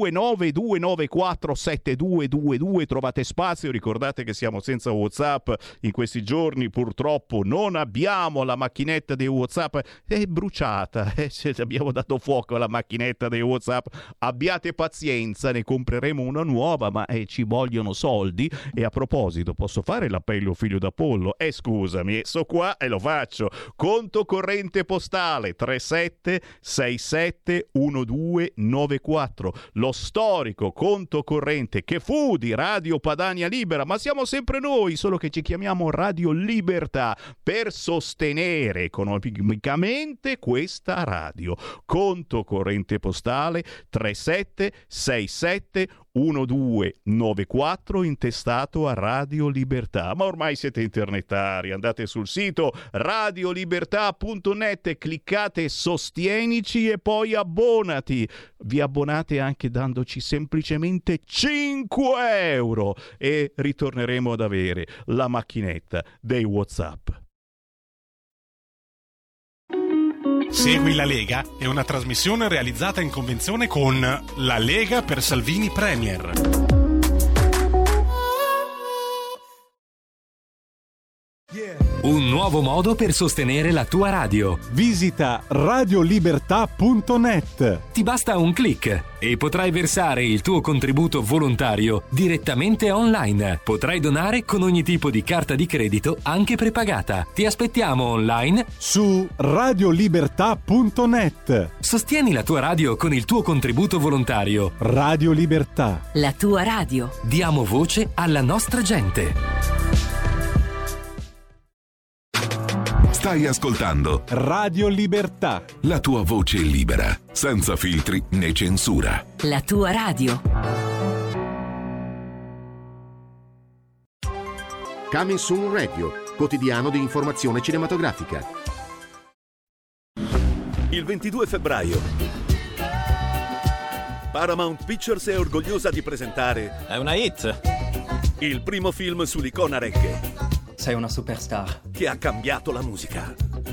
02929472222. Trovate spazio, ricordate che siamo senza WhatsApp in questi giorni, purtroppo non abbiamo la macchinetta dei WhatsApp, è bruciata, abbiamo dato fuoco alla macchinetta dei WhatsApp. Abbiate pazienza, ne compreremo una nuova, ma ci vogliono soldi. E a proposito, posso fare l'appello figlio d'Apollo? Scusami, so qua e lo faccio. Conto corrente postale 37671294, lo storico conto corrente che fu di Radio Padania Libera, ma siamo sempre noi, solo che ci chiamiamo Radio Libertà per sostenere economicamente questa radio. Conto corrente postale 3767 1294 intestato a Radio Libertà. Ma ormai siete internetari, andate sul sito radiolibertà.net, cliccate sostienici e poi abbonati. Vi abbonate anche dandoci semplicemente 5 euro e ritorneremo ad avere la macchinetta dei WhatsApp. Segui la Lega è una trasmissione realizzata in convenzione con La Lega per Salvini Premier. Un nuovo modo per sostenere la tua radio. Visita radiolibertà.net. Ti basta un click e potrai versare il tuo contributo volontario direttamente online. Potrai donare con ogni tipo di carta di credito, anche prepagata. Ti aspettiamo online su radiolibertà.net. Sostieni la tua radio con il tuo contributo volontario. Radio Libertà. La tua radio. Diamo voce alla nostra gente. Stai ascoltando Radio Libertà. La tua voce libera, senza filtri né censura. La tua radio. Coming Soon Radio, quotidiano di informazione cinematografica. Il 22 febbraio Paramount Pictures è orgogliosa di presentare... È una hit! Il primo film sull'icona reggae. Sei una superstar. Che ha cambiato la musica.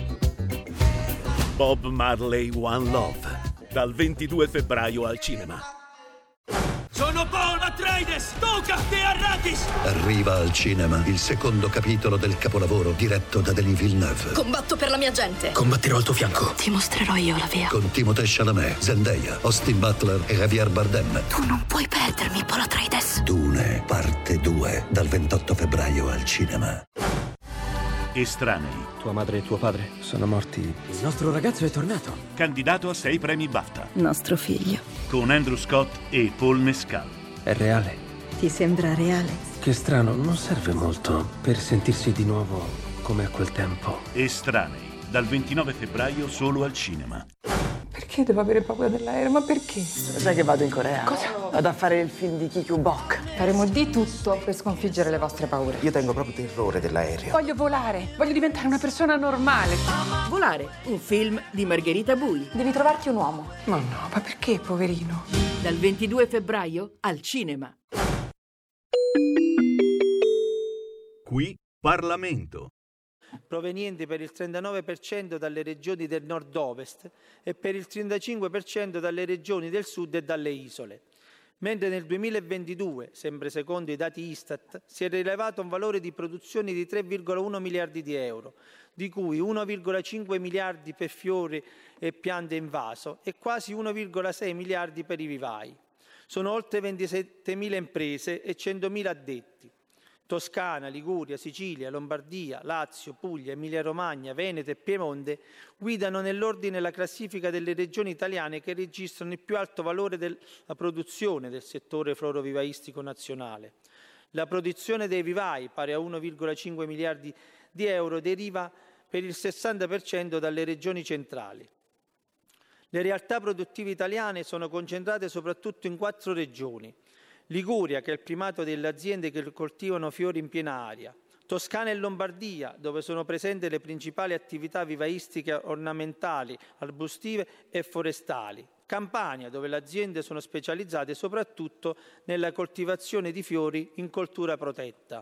Bob Marley One Love. Dal 22 febbraio al cinema. Sono Paul Atreides, Ducat e Arrakis! Arriva al cinema il secondo capitolo del capolavoro diretto da Denis Villeneuve. Combatto per la mia gente. Combatterò al tuo fianco. Ti mostrerò io la via. Con Timothée Chalamet, Zendaya, Austin Butler e Javier Bardem. Tu non puoi perdermi, Paul Atreides. Dune, parte 2, dal 28 febbraio al cinema. Estranei. Tua madre e tuo padre sono morti. Il nostro ragazzo è tornato. Candidato a 6 premi BAFTA. Nostro figlio. Con Andrew Scott e Paul Mescal. È reale. Ti sembra reale? Che strano, non serve molto per sentirsi di nuovo come a quel tempo. Estranei. Dal 29 febbraio solo al cinema. Perché devo avere paura dell'aereo? Ma perché? Sai che vado in Corea? Cosa? Vado a fare il film di Ki Kyu-bok. Faremo di tutto per sconfiggere le vostre paure. Io tengo proprio terrore dell'aereo. Voglio volare, voglio diventare una persona normale. Volare, un film di Margherita Bui. Devi trovarti un uomo. Ma no, ma perché, poverino? Dal 22 febbraio al cinema. Qui Parlamento. Provenienti per il 39% dalle regioni del nord-ovest e per il 35% dalle regioni del sud e dalle isole. Mentre nel 2022, sempre secondo i dati Istat, si è rilevato un valore di produzione di 3,1 miliardi di euro, di cui 1,5 miliardi per fiori e piante in vaso e quasi 1,6 miliardi per i vivai. Sono oltre 27.000 imprese e 100.000 addetti. Toscana, Liguria, Sicilia, Lombardia, Lazio, Puglia, Emilia-Romagna, Veneto e Piemonte guidano nell'ordine la classifica delle regioni italiane che registrano il più alto valore della produzione del settore florovivaistico nazionale. La produzione dei vivai, pari a 1,5 miliardi di euro, deriva per il 60% dalle regioni centrali. Le realtà produttive italiane sono concentrate soprattutto in 4 regioni. Liguria, che è il primato delle aziende che coltivano fiori in piena aria. Toscana e Lombardia, dove sono presenti le principali attività vivaistiche ornamentali, arbustive e forestali. Campania, dove le aziende sono specializzate soprattutto nella coltivazione di fiori in coltura protetta.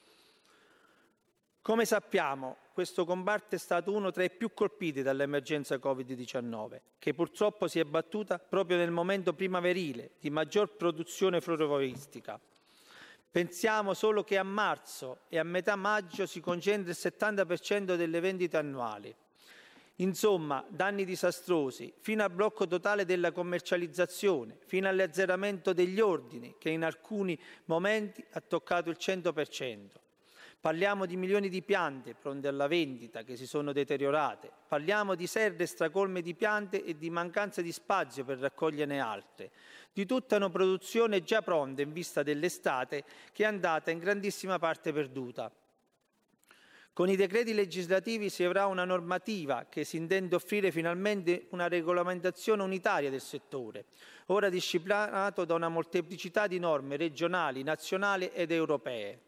Come sappiamo, questo comparto è stato uno tra i più colpiti dall'emergenza Covid-19, che purtroppo si è battuta proprio nel momento primaverile di maggior produzione florovivaistica. Pensiamo solo che a marzo e a metà maggio si concentra il 70% delle vendite annuali. Insomma, danni disastrosi, fino al blocco totale della commercializzazione, fino all'azzeramento degli ordini, che in alcuni momenti ha toccato il 100%. Parliamo di milioni di piante pronte alla vendita che si sono deteriorate. Parliamo di serre stracolme di piante e di mancanza di spazio per raccoglierne altre. Di tutta una produzione già pronta in vista dell'estate che è andata in grandissima parte perduta. Con i decreti legislativi si avrà una normativa che si intende offrire finalmente una regolamentazione unitaria del settore, ora disciplinato da una molteplicità di norme regionali, nazionali ed europee.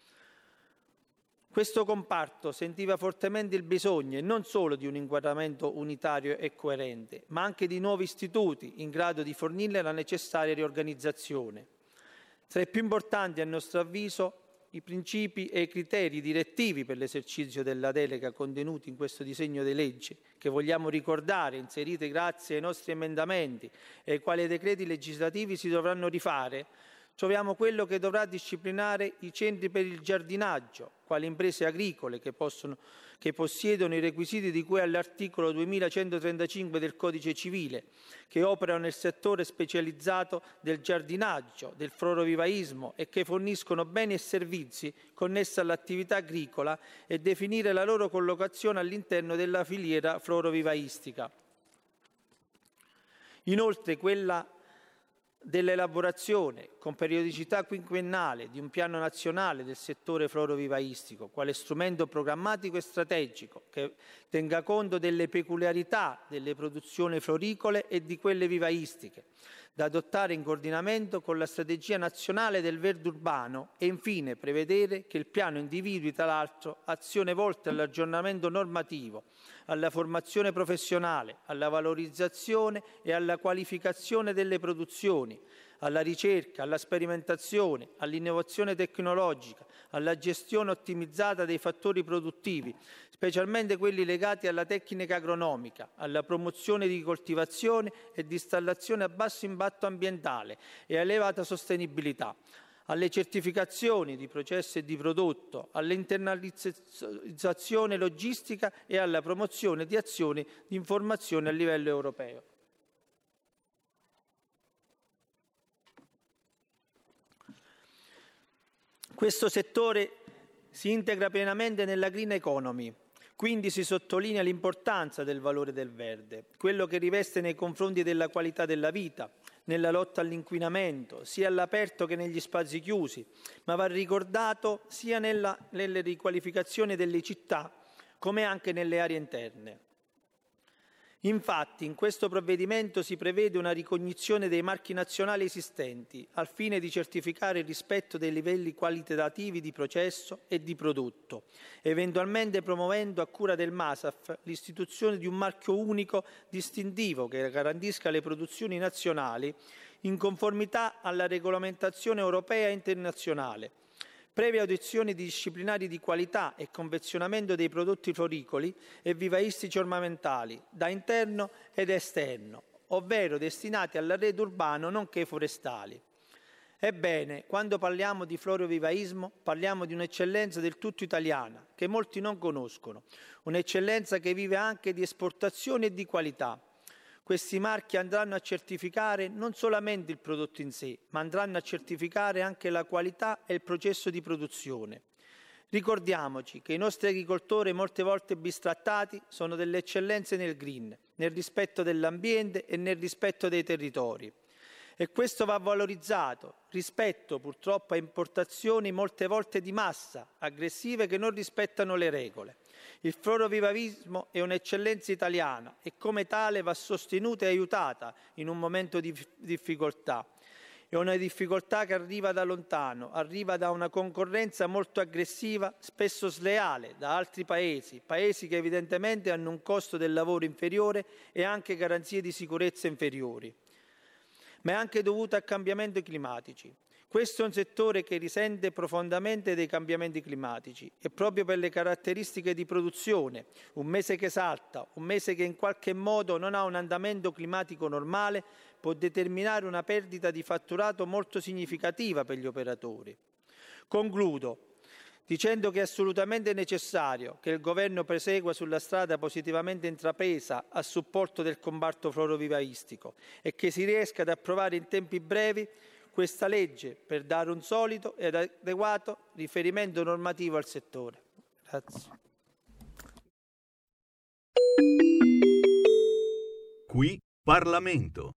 Questo comparto sentiva fortemente il bisogno non solo di un inquadramento unitario e coerente, ma anche di nuovi istituti in grado di fornirle la necessaria riorganizzazione. Tra i più importanti, a nostro avviso, i principi e i criteri direttivi per l'esercizio della delega contenuti in questo disegno di legge, che vogliamo ricordare, inseriti grazie ai nostri emendamenti e ai quali i decreti legislativi si dovranno rifare, troviamo quello che dovrà disciplinare i centri per il giardinaggio, quali imprese agricole che possiedono i requisiti di cui all'articolo 2135 del Codice Civile, che operano nel settore specializzato del giardinaggio, del florovivaismo e che forniscono beni e servizi connessi all'attività agricola e definire la loro collocazione all'interno della filiera florovivaistica. Inoltre, quella dell'elaborazione con periodicità quinquennale di un piano nazionale del settore florovivaistico, quale strumento programmatico e strategico che tenga conto delle peculiarità delle produzioni floricole e di quelle vivaistiche, da adottare in coordinamento con la strategia nazionale del verde urbano e infine prevedere che il piano individui tra l'altro azioni volte all'aggiornamento normativo, alla formazione professionale, alla valorizzazione e alla qualificazione delle produzioni, alla ricerca, alla sperimentazione, all'innovazione tecnologica, alla gestione ottimizzata dei fattori produttivi, specialmente quelli legati alla tecnica agronomica, alla promozione di coltivazione e di installazione a basso impatto ambientale e a elevata sostenibilità, alle certificazioni di processo e di prodotto, all'internalizzazione logistica e alla promozione di azioni di informazione a livello europeo. Questo settore si integra pienamente nella green economy, quindi si sottolinea l'importanza del valore del verde, quello che riveste nei confronti della qualità della vita, nella lotta all'inquinamento, sia all'aperto che negli spazi chiusi, ma va ricordato sia nelle riqualificazioni delle città come anche nelle aree interne. Infatti, in questo provvedimento si prevede una ricognizione dei marchi nazionali esistenti al fine di certificare il rispetto dei livelli qualitativi di processo e di prodotto, eventualmente promuovendo a cura del MASAF l'istituzione di un marchio unico distintivo che garantisca le produzioni nazionali in conformità alla regolamentazione europea e internazionale, previa adozione di disciplinari di qualità e confezionamento dei prodotti floricoli e vivaistici ornamentali, da interno ed esterno, ovvero destinati all'arredo urbano nonché forestali. Ebbene, quando parliamo di florovivaismo, parliamo di un'eccellenza del tutto italiana, che molti non conoscono, un'eccellenza che vive anche di esportazione e di qualità. Questi marchi andranno a certificare non solamente il prodotto in sé, ma andranno a certificare anche la qualità e il processo di produzione. Ricordiamoci che i nostri agricoltori, molte volte bistrattati, sono delle eccellenze nel green, nel rispetto dell'ambiente e nel rispetto dei territori. E questo va valorizzato rispetto purtroppo a importazioni molte volte di massa, aggressive che non rispettano le regole. Il florovivaismo è un'eccellenza italiana e come tale va sostenuta e aiutata in un momento di difficoltà. È una difficoltà che arriva da lontano, arriva da una concorrenza molto aggressiva, spesso sleale, da altri paesi che evidentemente hanno un costo del lavoro inferiore e anche garanzie di sicurezza inferiori. Ma è anche dovuta a cambiamenti climatici. Questo è un settore che risente profondamente dei cambiamenti climatici e proprio per le caratteristiche di produzione, un mese che salta, un mese che in qualche modo non ha un andamento climatico normale, può determinare una perdita di fatturato molto significativa per gli operatori. Concludo dicendo che è assolutamente necessario che il Governo prosegua sulla strada positivamente intrapresa a supporto del comparto florovivaistico e che si riesca ad approvare in tempi brevi questa legge per dare un solido ed adeguato riferimento normativo al settore. Grazie. Qui Parlamento.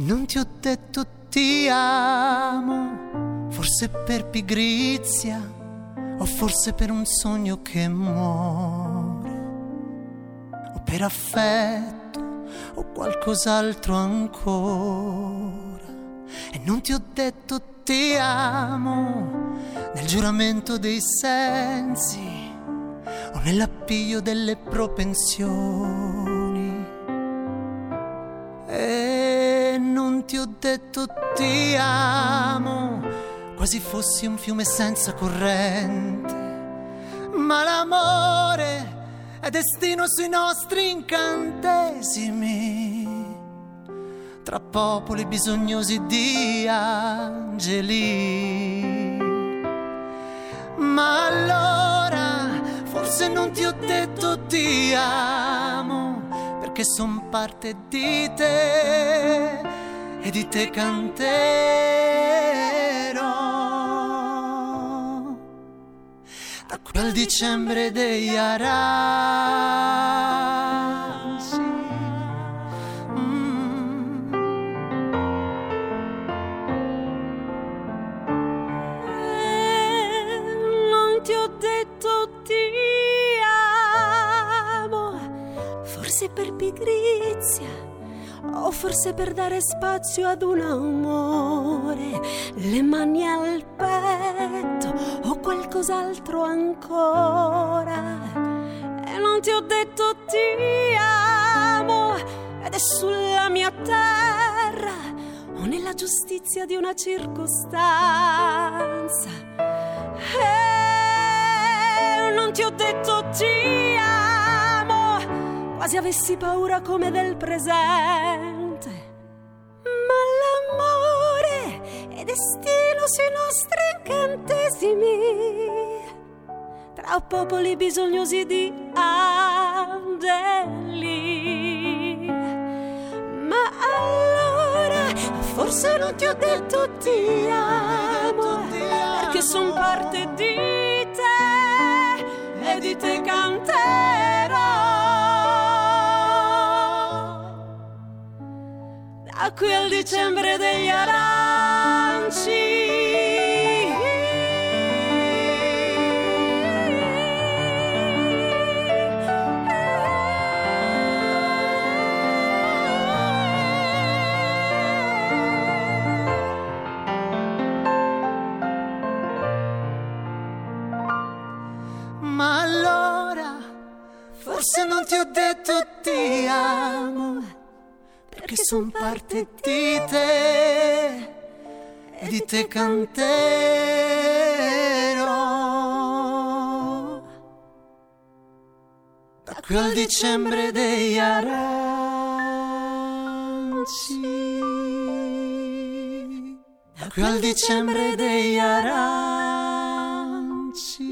non ti ho detto ti amo, forse per pigrizia o forse per un sogno che muore, o per affetto o qualcos'altro ancora. E non ti ho detto ti amo nel giuramento dei sensi o nell'appiglio delle propensioni. E non ti ho detto ti amo quasi fossi un fiume senza corrente, ma l'amore è destino sui nostri incantesimi, tra popoli bisognosi di angeli. Ma allora forse non ti ho detto ti amo, perché son parte di te e di te canterò da qui al dicembre degli aranci. Non ti ho detto ti amo, forse per pigrizia o forse per dare spazio ad un amore, le mani al petto o qualcos'altro ancora. E non ti ho detto ti amo ed è sulla mia terra o nella giustizia di una circostanza. E non ti ho detto ti amo, quasi avessi paura come del presente, ma l'amore è destino sui nostri incantesimi, tra popoli bisognosi di angeli. Ma allora forse non ti ho detto ti amo, perché son parte di te e di te canterò da qui al dicembre degli aranci. Ma allora forse non ti ho detto ti amo, perché son parte di te e di te canterò da qui al dicembre degli aranci, da qui al dicembre degli aranci.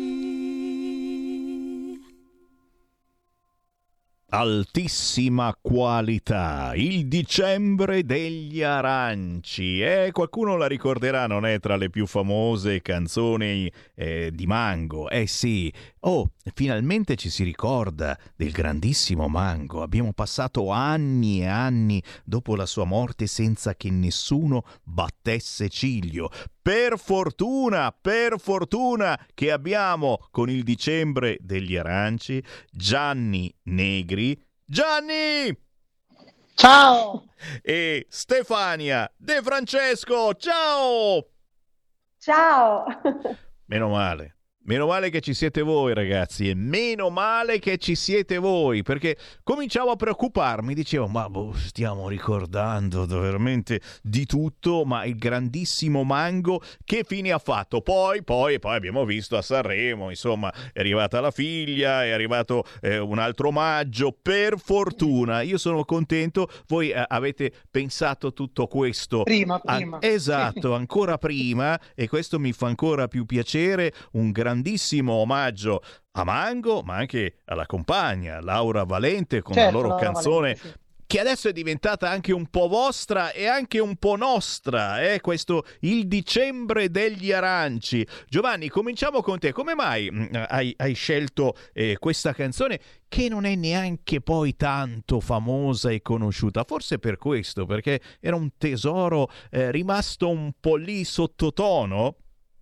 Altissima qualità, il dicembre degli aranci, qualcuno la ricorderà, non è tra le più famose canzoni di Mango, sì, finalmente ci si ricorda del grandissimo Mango, abbiamo passato anni e anni dopo la sua morte senza che nessuno battesse ciglio. Per fortuna che abbiamo con il dicembre degli aranci Gianni Negri. Gianni! Ciao! E Stefania De Francesco, ciao! Ciao! Meno male che ci siete voi, ragazzi, e meno male che ci siete voi, perché cominciavo a preoccuparmi, dicevo, ma stiamo ricordando veramente di tutto, ma il grandissimo Mango che fine ha fatto? Poi abbiamo visto a Sanremo, insomma, è arrivata la figlia, è arrivato un altro omaggio, per fortuna, io sono contento, voi avete pensato tutto questo. Prima. Esatto, ancora prima, e questo mi fa ancora più piacere, un grandissimo omaggio a Mango, ma anche alla compagna Laura Valente con la loro canzone Valente, sì. che adesso è diventata anche un po' vostra e anche un po' nostra, questo Il dicembre degli aranci. Giovanni, cominciamo con te. Come mai hai scelto questa canzone che non è neanche poi tanto famosa e conosciuta? Forse per questo, perché era un tesoro rimasto un po' lì sottotono?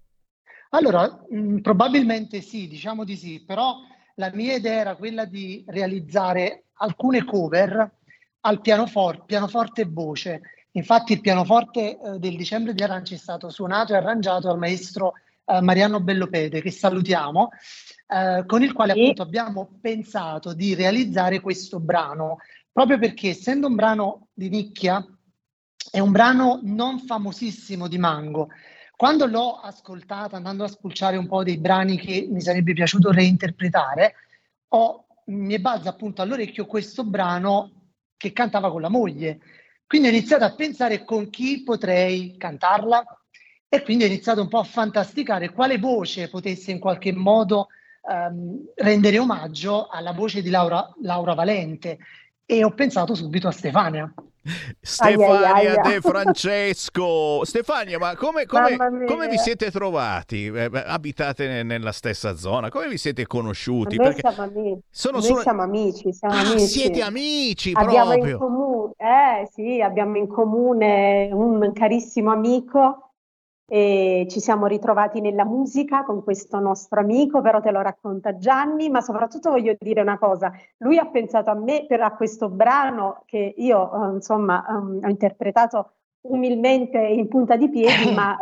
Allora, probabilmente sì, diciamo di sì, però la mia idea era quella di realizzare alcune cover al pianoforte e voce. Infatti il pianoforte del Dicembre di Aranci è stato suonato e arrangiato dal maestro Mariano Bellopede, che salutiamo, con il quale appunto abbiamo pensato di realizzare questo brano, proprio perché essendo un brano di nicchia, è un brano non famosissimo di Mango. Quando l'ho ascoltata, andando a spulciare un po' dei brani che mi sarebbe piaciuto reinterpretare, mi è balzo appunto all'orecchio questo brano che cantava con la moglie. Quindi ho iniziato a pensare con chi potrei cantarla e quindi ho iniziato un po' a fantasticare quale voce potesse in qualche modo rendere omaggio alla voce di Laura Valente, e ho pensato subito a Stefania. Stefania De Francesco. Stefania, ma come vi siete trovati? Abitate nella stessa zona? Come vi siete conosciuti? Noi siamo amici. Siete amici abbiamo proprio? In comune, sì, abbiamo in comune un carissimo amico e ci siamo ritrovati nella musica con questo nostro amico, però te lo racconta Gianni. Ma soprattutto voglio dire una cosa: lui ha pensato a me a questo brano che io ho interpretato umilmente in punta di piedi, ma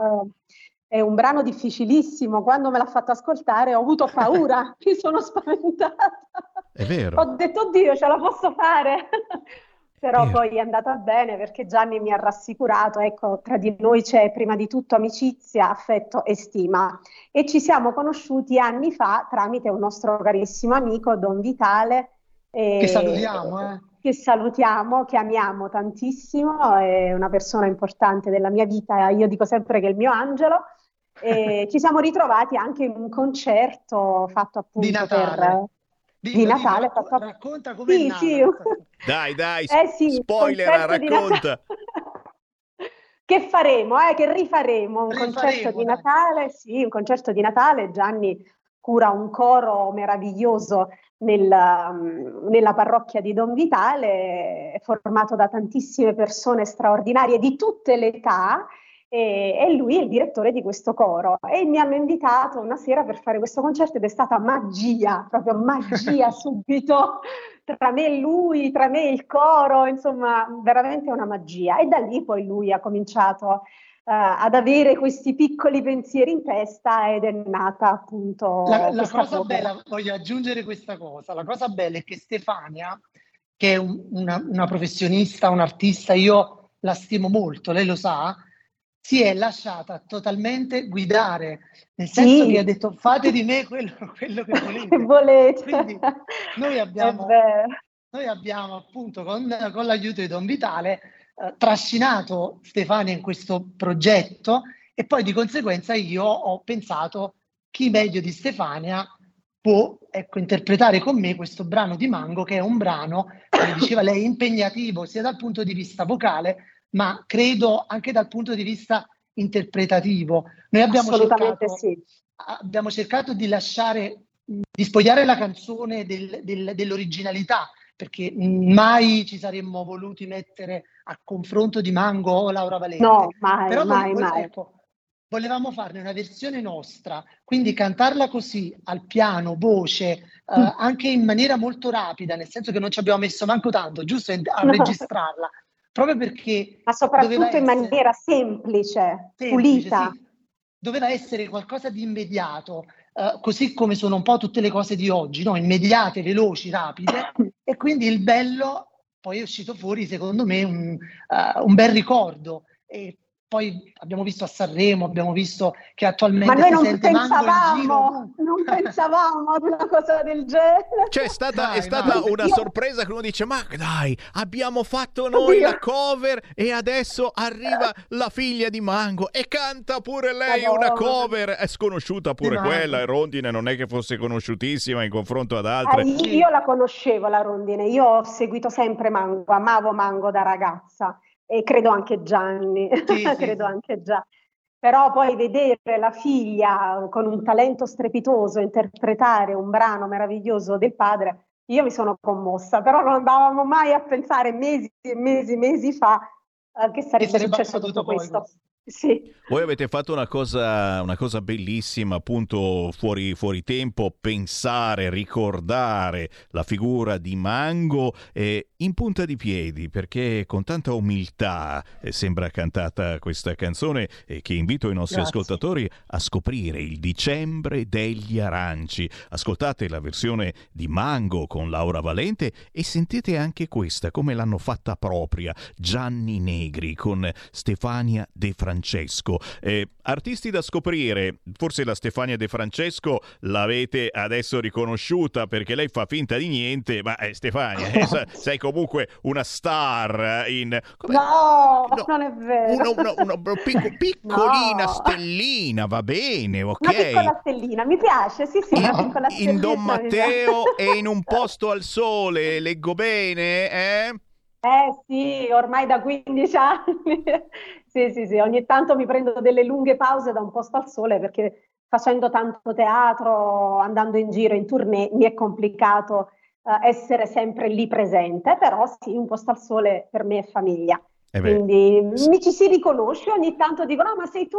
è un brano difficilissimo. Quando me l'ha fatto ascoltare ho avuto paura, mi sono spaventata. È vero. Ho detto, oddio, ce la posso fare? Però poi è andata bene perché Gianni mi ha rassicurato. Ecco, tra di noi c'è prima di tutto amicizia, affetto e stima, e ci siamo conosciuti anni fa tramite un nostro carissimo amico, Don Vitale, che salutiamo, che amiamo tantissimo, è una persona importante della mia vita, io dico sempre che è il mio angelo. E ci siamo ritrovati anche in un concerto fatto appunto di Natale. Racconta com'è nata. Sì. Dai, sì, spoiler, racconta. Che faremo, che rifaremo un concerto di Natale. Sì, un concerto di Natale. Gianni cura un coro meraviglioso nella parrocchia di Don Vitale, formato da tantissime persone straordinarie di tutte le età. E lui è il direttore di questo coro e mi hanno invitato una sera per fare questo concerto ed è stata magia, proprio magia subito, tra me e lui, tra me e il coro, insomma veramente una magia. E da lì poi lui ha cominciato ad avere questi piccoli pensieri in testa ed è nata appunto la cosa bella. Voglio aggiungere questa cosa: la cosa bella è che Stefania, che è una professionista, un'artista, io la stimo molto, lei lo sa, si è lasciata totalmente guidare, nel senso che ha detto fate di me quello che volete. Quindi noi abbiamo appunto con l'aiuto di Don Vitale trascinato Stefania in questo progetto e poi di conseguenza io ho pensato chi meglio di Stefania può interpretare con me questo brano di Mango, che è un brano, come diceva lei, impegnativo sia dal punto di vista vocale, ma credo anche dal punto di vista interpretativo. Noi abbiamo cercato di spogliare la canzone dell'originalità, perché mai ci saremmo voluti mettere a confronto di Mango o Laura Valente. No, mai. Volevamo farne una versione nostra, quindi cantarla così, al piano, voce, anche in maniera molto rapida, nel senso che non ci abbiamo messo manco tanto, giusto a registrarla. Proprio perché ma soprattutto in maniera semplice, pulita. Sì. Doveva essere qualcosa di immediato, così come sono un po' tutte le cose di oggi, no? Immediate, veloci, rapide, e quindi il bello poi è uscito fuori, secondo me, un bel ricordo. E poi abbiamo visto a Sanremo, abbiamo visto che attualmente ma noi non sente non pensavamo ad una cosa del genere. Cioè è stata una sorpresa che uno dice: ma dai, abbiamo fatto noi la cover e adesso arriva la figlia di Mango e canta pure lei una cover. È sconosciuta pure quella, e Rondine non è che fosse conosciutissima in confronto ad altre. Io la conoscevo, la Rondine, io ho seguito sempre Mango, amavo Mango da ragazza. E credo anche Gianni, anche già. Però poi vedere la figlia con un talento strepitoso interpretare un brano meraviglioso del padre, io mi sono commossa, però non andavamo mai a pensare mesi e mesi fa che sarebbe successo tutto questo. Sì. Voi avete fatto una cosa bellissima, appunto fuori tempo, pensare, ricordare la figura di Mango in punta di piedi, perché con tanta umiltà sembra cantata questa canzone che invito i nostri ascoltatori a scoprire, Il dicembre degli aranci. Ascoltate la versione di Mango con Laura Valente e sentite anche questa, come l'hanno fatta propria Gianni Negri con Stefania De Francesco. Artisti da scoprire. Forse la Stefania De Francesco l'avete adesso riconosciuta perché lei fa finta di niente, ma Stefania, sei comunque una star No, non è vero. Una piccolina stellina, va bene, ok. Una piccola stellina, mi piace, sì, una piccola stellina. In Don Matteo e In un posto al sole, leggo bene, sì, ormai da 15 anni. Sì, ogni tanto mi prendo delle lunghe pause da Un posto al sole perché facendo tanto teatro, andando in giro in tournée, mi è complicato essere sempre lì presente, però sì, Un posto al sole per me è famiglia. Quindi mi ci si riconosce, ogni tanto dico no ma sei tu,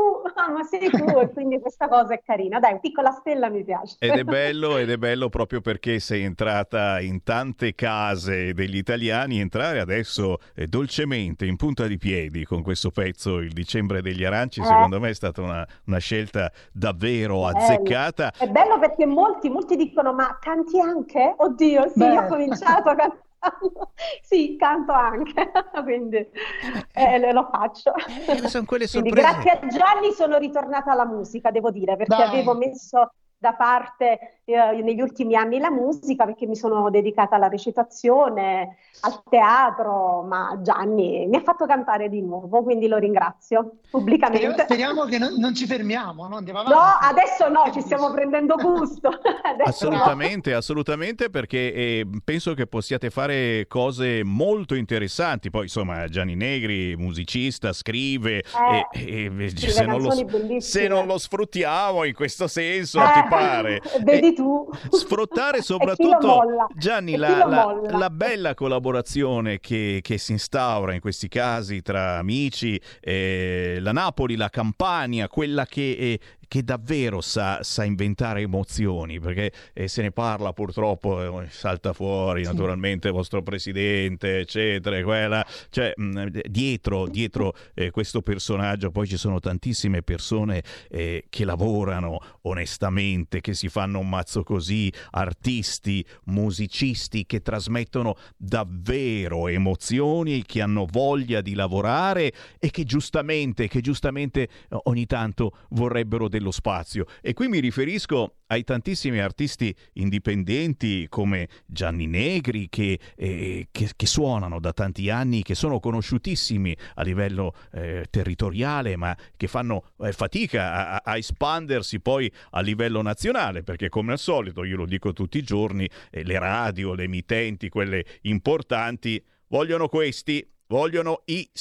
e quindi questa cosa è carina, dai, piccola stella mi piace. Ed è bello proprio perché sei entrata in tante case degli italiani, entrare adesso dolcemente in punta di piedi con questo pezzo Il dicembre degli aranci, secondo me è stata una scelta davvero azzeccata. È bello perché molti dicono ma canti anche? Oddio, sì, io ho cominciato a cantare. Sì, canto anche, quindi lo faccio. Sono quelle sorprese. Quindi, grazie a Gianni sono ritornata alla musica, devo dire, perché avevo messo da parte negli ultimi anni la musica perché mi sono dedicata alla recitazione, al teatro, ma Gianni mi ha fatto cantare di nuovo, quindi lo ringrazio pubblicamente. Speriamo che non ci fermiamo, no? Andiamo avanti. No, adesso no, ci stiamo prendendo gusto. Assolutamente, perché penso che possiate fare cose molto interessanti. Poi insomma Gianni Negri, musicista, scrive se non lo sfruttiamo in questo senso, ti pare? Vedi tu. Sfruttare soprattutto, Gianni, la bella collaborazione che si instaura in questi casi tra amici, la Napoli, la Campania, quella che davvero sa inventare emozioni, perché se ne parla purtroppo, salta fuori naturalmente il vostro presidente, eccetera, quella, cioè dietro questo personaggio poi ci sono tantissime persone che lavorano onestamente, che si fanno un mazzo così, artisti, musicisti che trasmettono davvero emozioni, che hanno voglia di lavorare e che giustamente ogni tanto vorrebbero dello spazio. E qui mi riferisco ai tantissimi artisti indipendenti come Gianni Negri che suonano da tanti anni, che sono conosciutissimi a livello territoriale, ma che fanno fatica a espandersi poi a livello nazionale, perché come al solito, io lo dico tutti i giorni, le radio, le emittenti, quelle importanti, vogliono i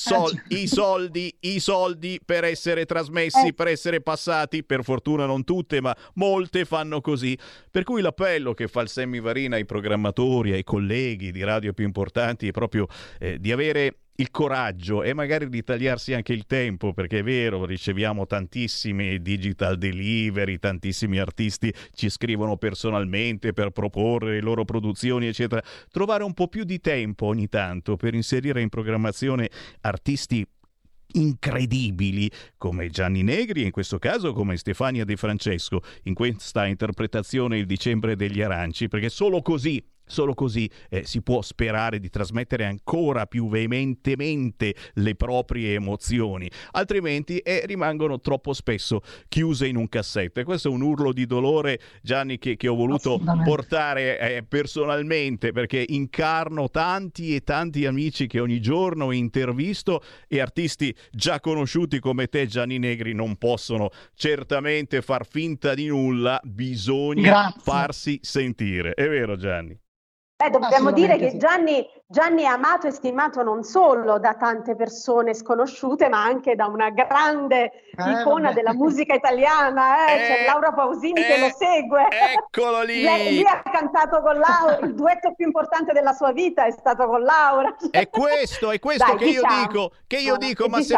soldi per essere trasmessi, per essere passati. Per fortuna non tutte, ma molte fanno così. Per cui l'appello che fa il Sammy Varina ai programmatori, ai colleghi di radio più importanti è proprio di avere il coraggio e magari di tagliarsi anche il tempo, perché è vero, riceviamo tantissimi digital delivery, tantissimi artisti ci scrivono personalmente per proporre le loro produzioni, eccetera. Trovare un po' più di tempo ogni tanto per inserire in programmazione artisti incredibili come Gianni Negri, in questo caso come Stefania De Francesco in questa interpretazione Il dicembre degli aranci, perché solo così Solo così si può sperare di trasmettere ancora più veementemente le proprie emozioni, altrimenti rimangono troppo spesso chiuse in un cassetto. E questo è un urlo di dolore, Gianni, che ho voluto portare personalmente, perché incarno tanti e tanti amici che ogni giorno intervisto, e artisti già conosciuti come te, Gianni Negri, non possono certamente far finta di nulla, bisogna farsi sentire. È vero, Gianni? Dobbiamo dire che Gianni è amato e stimato non solo da tante persone sconosciute, ma anche da una grande icona della musica italiana, c'è Laura Pausini che lo segue. Eccolo lì! Lei ha cantato con Laura, il duetto più importante della sua vita è stato con Laura. È questo Dai, che io dico, ma se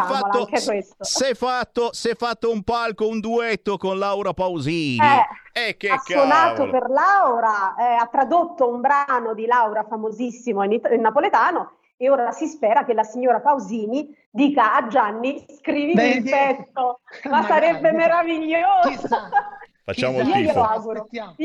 fatto un palco, un duetto con Laura Pausini, che ha suonato per Laura, ha tradotto un brano di Laura famosissimo in napoletano, e ora si spera che la signora Pausini dica a Gianni: scrivimi il pezzo, ma sarebbe meraviglioso. Chissà. Facciamo il io tifo. glielo auguro,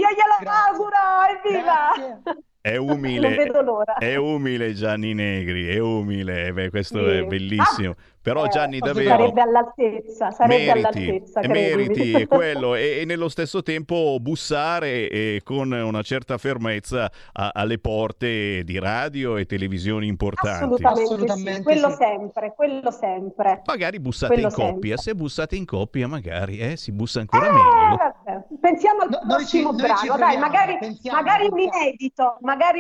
evviva! È umile, non vedo l'ora. È umile Gianni Negri, è umile, questo è bellissimo. Però Gianni davvero sarebbe all'altezza, meriti quello, e nello stesso tempo bussare con una certa fermezza alle porte di radio e televisioni importanti. Assolutamente sì. Quello sempre. Magari bussate in coppia, se bussate in coppia magari si bussa ancora meglio. Vabbè. Pensiamo al prossimo brano, dai, magari un inedito,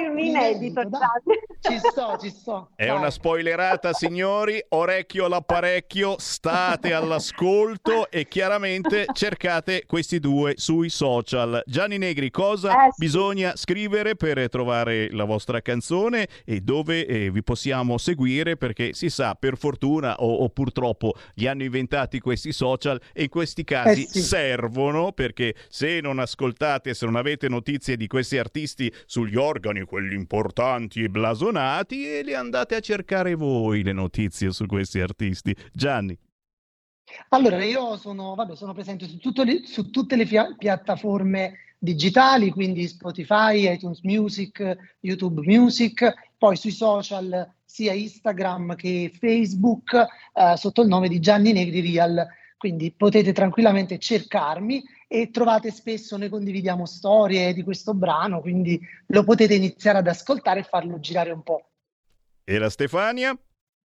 Ci sto. È una spoilerata, signori, orecchio all'apparecchio, state all'ascolto e chiaramente cercate questi due sui social. Gianni Negri, cosa bisogna scrivere per trovare la vostra canzone e dove vi possiamo seguire? Perché si sa, per fortuna o purtroppo li hanno inventati questi social, e in questi casi servono, perché se non ascoltate, se non avete notizie di questi artisti sugli organi, quelli importanti e blasonati, e le andate a cercare voi le notizie su questi artisti. Gianni. Allora, io sono presente su tutte le piattaforme digitali, quindi Spotify, iTunes Music, YouTube Music, poi sui social sia Instagram che Facebook, sotto il nome di Gianni Negri Real, quindi potete tranquillamente cercarmi, e trovate spesso, noi condividiamo storie di questo brano, quindi lo potete iniziare ad ascoltare e farlo girare un po'. E la Stefania?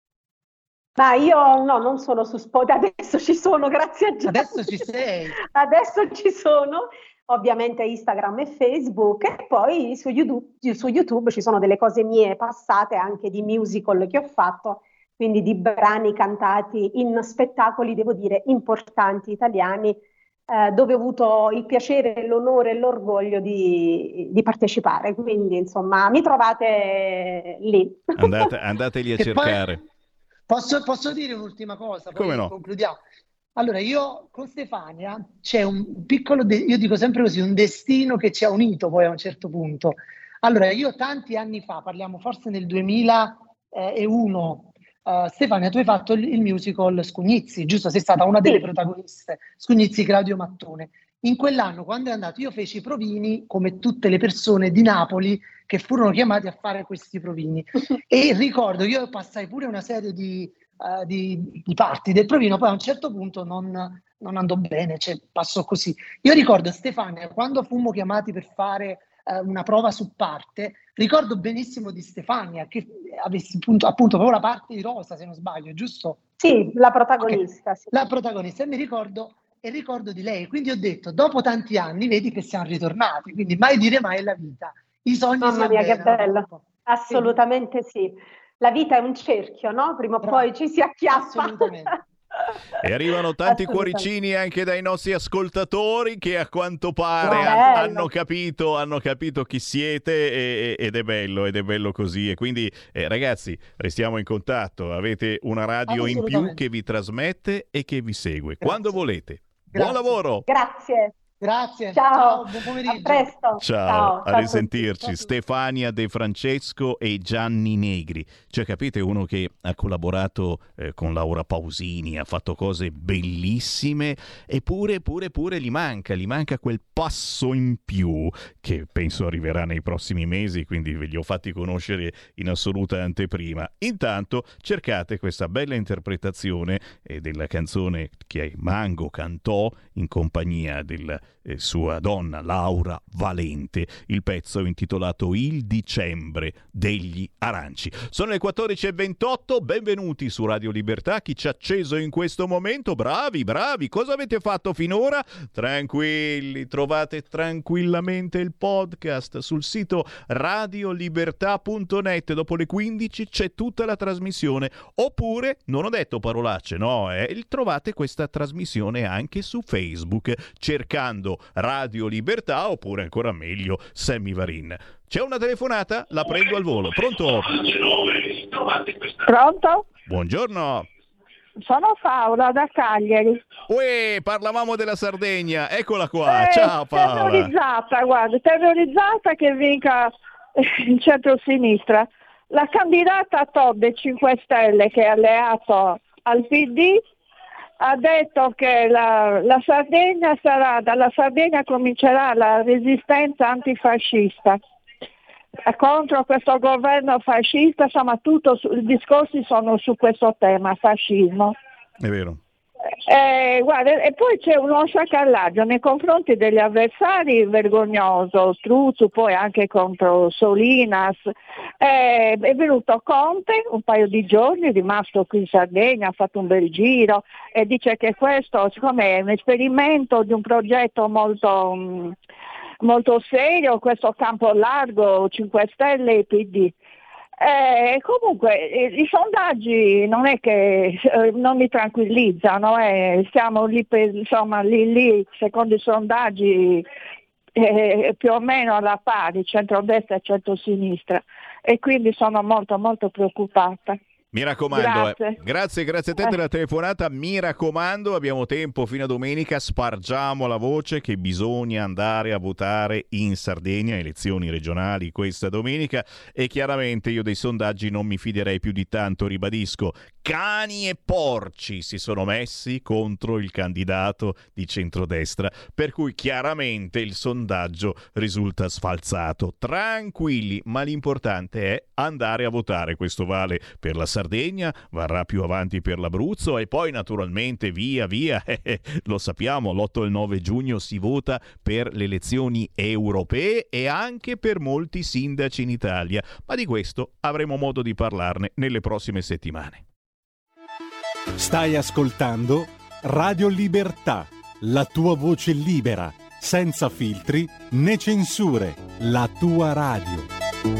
Ma io non sono su Spotify, adesso ci sono, grazie a Gianni. Adesso ci sei. Adesso ci sono, ovviamente Instagram e Facebook, e poi su YouTube ci sono delle cose mie passate, anche di musical che ho fatto, quindi di brani cantati in spettacoli, devo dire, importanti italiani, dove ho avuto il piacere, l'onore e l'orgoglio di partecipare. Quindi, insomma, mi trovate lì. Andateli a cercare. Posso dire un'ultima cosa? Poi concludiamo. Allora, io con Stefania c'è un piccolo, io dico sempre così, un destino che ci ha unito poi a un certo punto. Allora, io tanti anni fa, parliamo forse nel 2001, Stefania, tu hai fatto il musical Scugnizi, giusto? Sei stata una delle protagoniste, Scugnizi Claudio Mattone. In quell'anno, quando è andato, io feci i provini come tutte le persone di Napoli che furono chiamati a fare questi provini. E ricordo che io passai pure una serie di parti del provino, poi a un certo punto non andò bene, passò così. Io ricordo, Stefania, quando fummo chiamati per fare una prova su parte, ricordo benissimo di Stefania che avessi appunto proprio la parte di Rosa, se non sbaglio, giusto? Sì, la protagonista. Sì. La protagonista, e ricordo di lei, quindi ho detto, dopo tanti anni vedi che siamo ritornati, quindi mai dire mai è la vita, i sogni Mamma mia, che bello, assolutamente sì, la vita è un cerchio, no? Prima o poi ci si acchiappa. Assolutamente. E arrivano tanti cuoricini anche dai nostri ascoltatori che a quanto pare hanno capito chi siete, ed è bello così. E quindi ragazzi, restiamo in contatto, avete una radio in più che vi trasmette e che vi segue quando volete. Buon lavoro! Grazie Grazie. Ciao, buon pomeriggio. A presto. Ciao, a risentirci. Stefania De Francesco e Gianni Negri. Cioè, capite, uno che ha collaborato con Laura Pausini, ha fatto cose bellissime, eppure gli manca quel passo in più che penso arriverà nei prossimi mesi, quindi ve li ho fatti conoscere in assoluta anteprima. Intanto cercate questa bella interpretazione della canzone che Mango cantò in compagnia della sua donna Laura Valente. Il pezzo è intitolato Il dicembre degli aranci. Sono le 14:28, benvenuti su Radio Libertà. Chi ci ha acceso in questo momento? Bravi, cosa avete fatto finora? Tranquilli, trovate tranquillamente il podcast sul sito radiolibertà.net. Dopo le 15 c'è tutta la trasmissione, oppure, non ho detto parolacce, no, trovate questa trasmissione anche su Facebook cercando Radio Libertà, oppure ancora meglio Sammy Varin. C'è una telefonata? La prendo al volo. Pronto? Pronto? Buongiorno. Sono Paola da Cagliari. Parlavamo della Sardegna, eccola qua. Ciao Paola. Terrorizzata che vinca il centro-sinistra. La candidata Todd dei 5 Stelle, che è alleato al PD, ha detto che dalla Sardegna comincerà la resistenza antifascista contro questo governo fascista. Insomma, i discorsi sono su questo tema, fascismo. È vero. Guarda, e poi c'è uno sciacallaggio nei confronti degli avversari vergognoso, Struzzo, poi anche contro Solinas. È venuto Conte un paio di giorni, è rimasto qui in Sardegna, ha fatto un bel giro e dice che questo, siccome è un esperimento di un progetto molto serio, questo campo largo, 5 Stelle e PD. Comunque i sondaggi non è che non mi tranquillizzano, siamo lì lì secondo i sondaggi più o meno alla pari, centrodestra e centrosinistra, e quindi sono molto molto preoccupata. Mi raccomando, Grazie. grazie a te della telefonata, mi raccomando, abbiamo tempo fino a domenica, spargiamo la voce che bisogna andare a votare in Sardegna, elezioni regionali questa domenica, e chiaramente io dei sondaggi non mi fiderei più di tanto, ribadisco, cani e porci si sono messi contro il candidato di centrodestra, per cui chiaramente il sondaggio risulta sfalsato. Tranquilli, ma l'importante è andare a votare, questo vale per la Sardegna, varrà più avanti per l'Abruzzo e poi naturalmente via, lo sappiamo, l'8 e il 9 giugno si vota per le elezioni europee e anche per molti sindaci in Italia, ma di questo avremo modo di parlarne nelle prossime settimane. Stai ascoltando Radio Libertà, la tua voce libera, senza filtri né censure, la tua radio.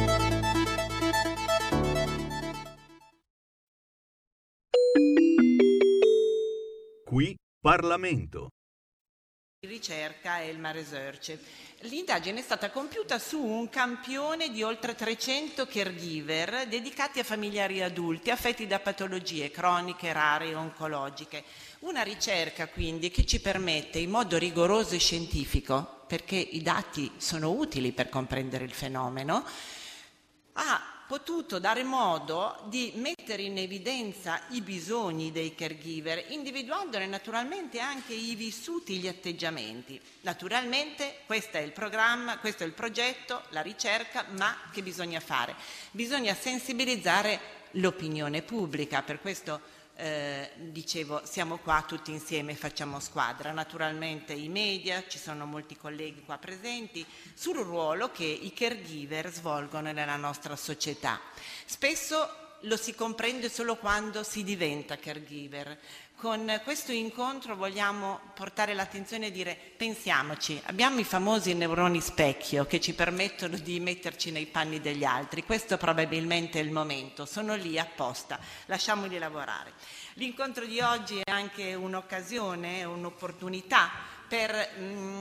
Qui Parlamento. Ricerca Elma Research. L'indagine è stata compiuta su un campione di oltre 300 caregiver dedicati a familiari adulti affetti da patologie croniche, rare e oncologiche. Una ricerca quindi che ci permette in modo rigoroso e scientifico, perché i dati sono utili per comprendere il fenomeno, ha potuto dare modo di mettere in evidenza i bisogni dei caregiver, individuandone naturalmente anche i vissuti, gli atteggiamenti. Naturalmente questo è il programma, questo è il progetto, la ricerca, ma che bisogna fare? Bisogna sensibilizzare l'opinione pubblica, per questo dicevo, siamo qua tutti insieme, facciamo squadra. Naturalmente i media, ci sono molti colleghi qua presenti, sul ruolo che i caregiver svolgono nella nostra società. Spesso lo si comprende solo quando si diventa caregiver. Con questo incontro vogliamo portare l'attenzione e dire: pensiamoci, abbiamo i famosi neuroni specchio che ci permettono di metterci nei panni degli altri, questo probabilmente è il momento, sono lì apposta, lasciamoli lavorare. L'incontro di oggi è anche un'occasione, un'opportunità per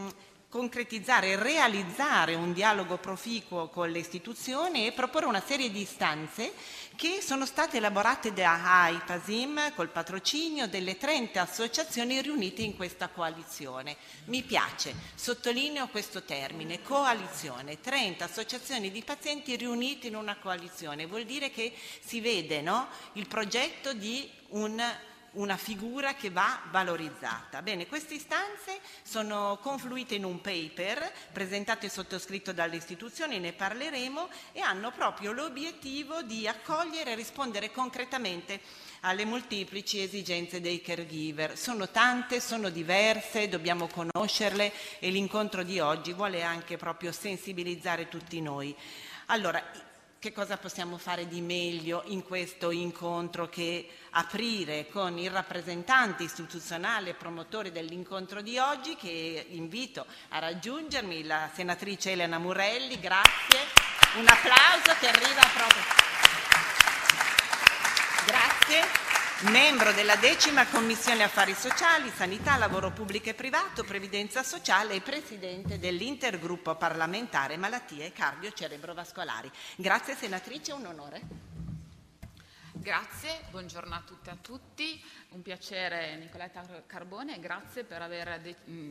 concretizzare e realizzare un dialogo proficuo con le istituzioni e proporre una serie di istanze che sono state elaborate da AIPASIM col patrocinio delle 30 associazioni riunite in questa coalizione. Mi piace, sottolineo questo termine, coalizione, 30 associazioni di pazienti riunite in una coalizione, vuol dire che si vede, no? Il progetto di una figura che va valorizzata. Bene, queste istanze sono confluite in un paper presentato e sottoscritto dalle istituzioni, ne parleremo, e hanno proprio l'obiettivo di accogliere e rispondere concretamente alle molteplici esigenze dei caregiver. Sono tante, sono diverse, dobbiamo conoscerle e l'incontro di oggi vuole anche proprio sensibilizzare tutti noi. Allora, che cosa possiamo fare di meglio in questo incontro che aprire con il rappresentante istituzionale e promotore dell'incontro di oggi, che invito a raggiungermi, la senatrice Elena Murelli. Grazie, un applauso che arriva proprio. Grazie. Membro della 10ª Commissione Affari Sociali, Sanità, Lavoro Pubblico e Privato, Previdenza Sociale e Presidente dell'Intergruppo Parlamentare Malattie Cardio-Cerebrovascolari. Grazie senatrice, un onore. Grazie, buongiorno a tutte e a tutti, un piacere Nicoletta Carbone e grazie per aver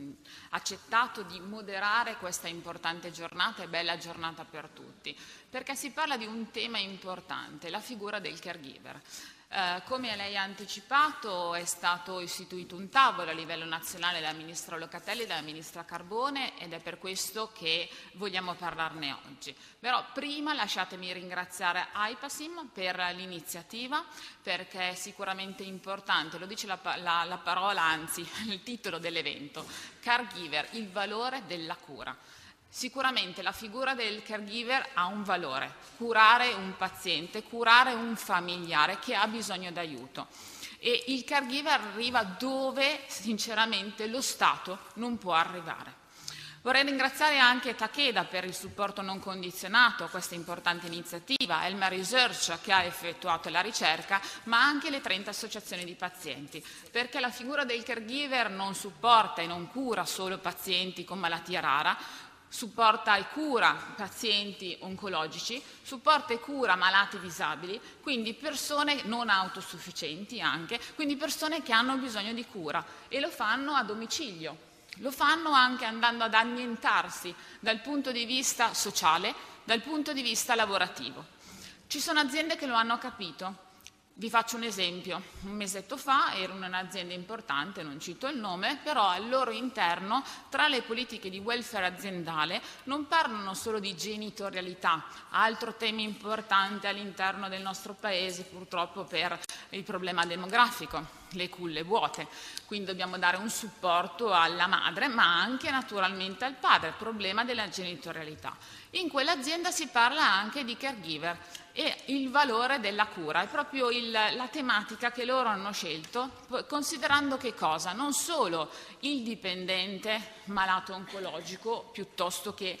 accettato di moderare questa importante giornata e bella giornata per tutti, perché si parla di un tema importante, la figura del caregiver. Come lei ha anticipato, è stato istituito un tavolo a livello nazionale dal Ministro Locatelli e dalla Ministra Carbone ed è per questo che vogliamo parlarne oggi. Però prima lasciatemi ringraziare AIPASIM per l'iniziativa, perché è sicuramente importante, lo dice la parola, anzi il titolo dell'evento, Caregiver, il valore della cura. Sicuramente la figura del caregiver ha un valore, curare un paziente, curare un familiare che ha bisogno d'aiuto. E il caregiver arriva dove sinceramente lo Stato non può arrivare. Vorrei ringraziare anche Takeda per il supporto non condizionato a questa importante iniziativa, Elma Research che ha effettuato la ricerca, ma anche le 30 associazioni di pazienti, perché la figura del caregiver non supporta e non cura solo pazienti con malattia rara, supporta e cura pazienti oncologici, supporta e cura malati disabili, quindi persone non autosufficienti anche, quindi persone che hanno bisogno di cura e lo fanno a domicilio, lo fanno anche andando ad annientarsi dal punto di vista sociale, dal punto di vista lavorativo. Ci sono aziende che lo hanno capito. Vi faccio un esempio, un mesetto fa ero in un'azienda importante, non cito il nome, però al loro interno, tra le politiche di welfare aziendale, non parlano solo di genitorialità, altro tema importante all'interno del nostro paese purtroppo per il problema demografico, le culle vuote, quindi dobbiamo dare un supporto alla madre, ma anche naturalmente al padre, il problema della genitorialità. In quell'azienda si parla anche di caregiver e il valore della cura, è proprio la tematica che loro hanno scelto, considerando che cosa? Non solo il dipendente malato oncologico piuttosto che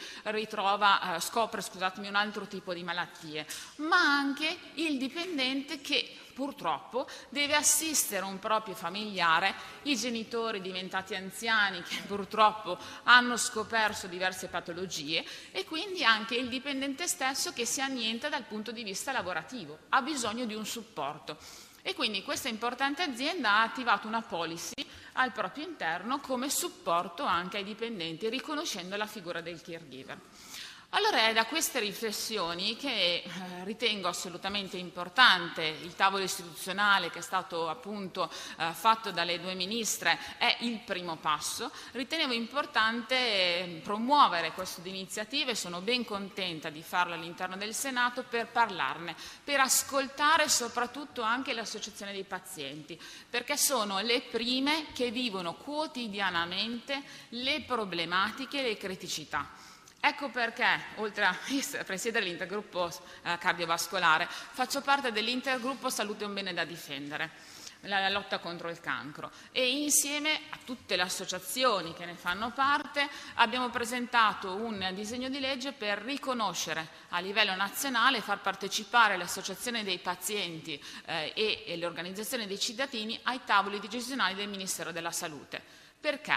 scopre un altro tipo di malattie, ma anche il dipendente che purtroppo deve assistere un proprio familiare, i genitori diventati anziani che purtroppo hanno scoperto diverse patologie e quindi anche il dipendente stesso che si annienta dal punto di vista lavorativo, ha bisogno di un supporto. E quindi questa importante azienda ha attivato una policy al proprio interno come supporto anche ai dipendenti, riconoscendo la figura del caregiver. Allora è da queste riflessioni che ritengo assolutamente importante il tavolo istituzionale che è stato appunto fatto dalle due ministre, è il primo passo. Ritenevo importante promuovere queste iniziative, sono ben contenta di farlo all'interno del Senato per parlarne, per ascoltare soprattutto anche l'associazione dei pazienti, perché sono le prime che vivono quotidianamente le problematiche e le criticità. Ecco perché, oltre a presiedere l'intergruppo cardiovascolare, faccio parte dell'intergruppo Salute è un bene da difendere, la lotta contro il cancro, e insieme a tutte le associazioni che ne fanno parte abbiamo presentato un disegno di legge per riconoscere a livello nazionale e far partecipare le associazioni dei pazienti e le organizzazioni dei cittadini ai tavoli decisionali del Ministero della Salute. Perché?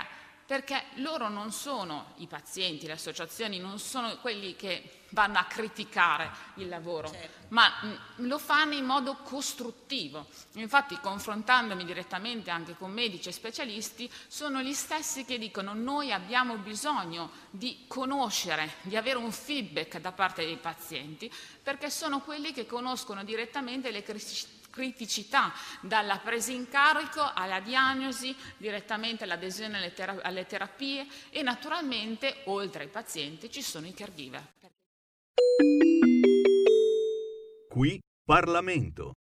perché loro non sono i pazienti, le associazioni non sono quelli che vanno a criticare il lavoro, ma lo fanno in modo costruttivo. Infatti, confrontandomi direttamente anche con medici e specialisti, sono gli stessi che dicono: noi abbiamo bisogno di conoscere, di avere un feedback da parte dei pazienti, perché sono quelli che conoscono direttamente le criticità, dalla presa in carico alla diagnosi, direttamente all'adesione alle terapie, e naturalmente oltre ai pazienti ci sono i caregiver. Qui Parlamento.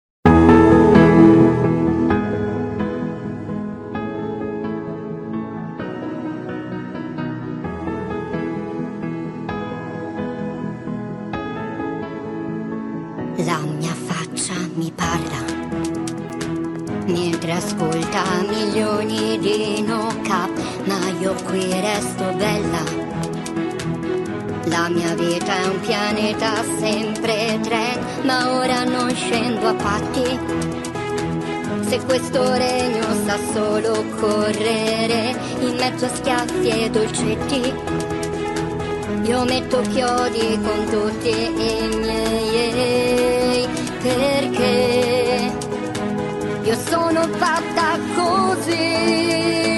La mia faccia mi parla, mentre ascolta milioni di no-cap, ma io qui resto bella. La mia vita è un pianeta sempre trend, ma ora non scendo a patti. Se questo regno sa solo correre in mezzo a schiaffi e dolcetti, io metto chiodi con tutti i miei, perché io sono fatta così.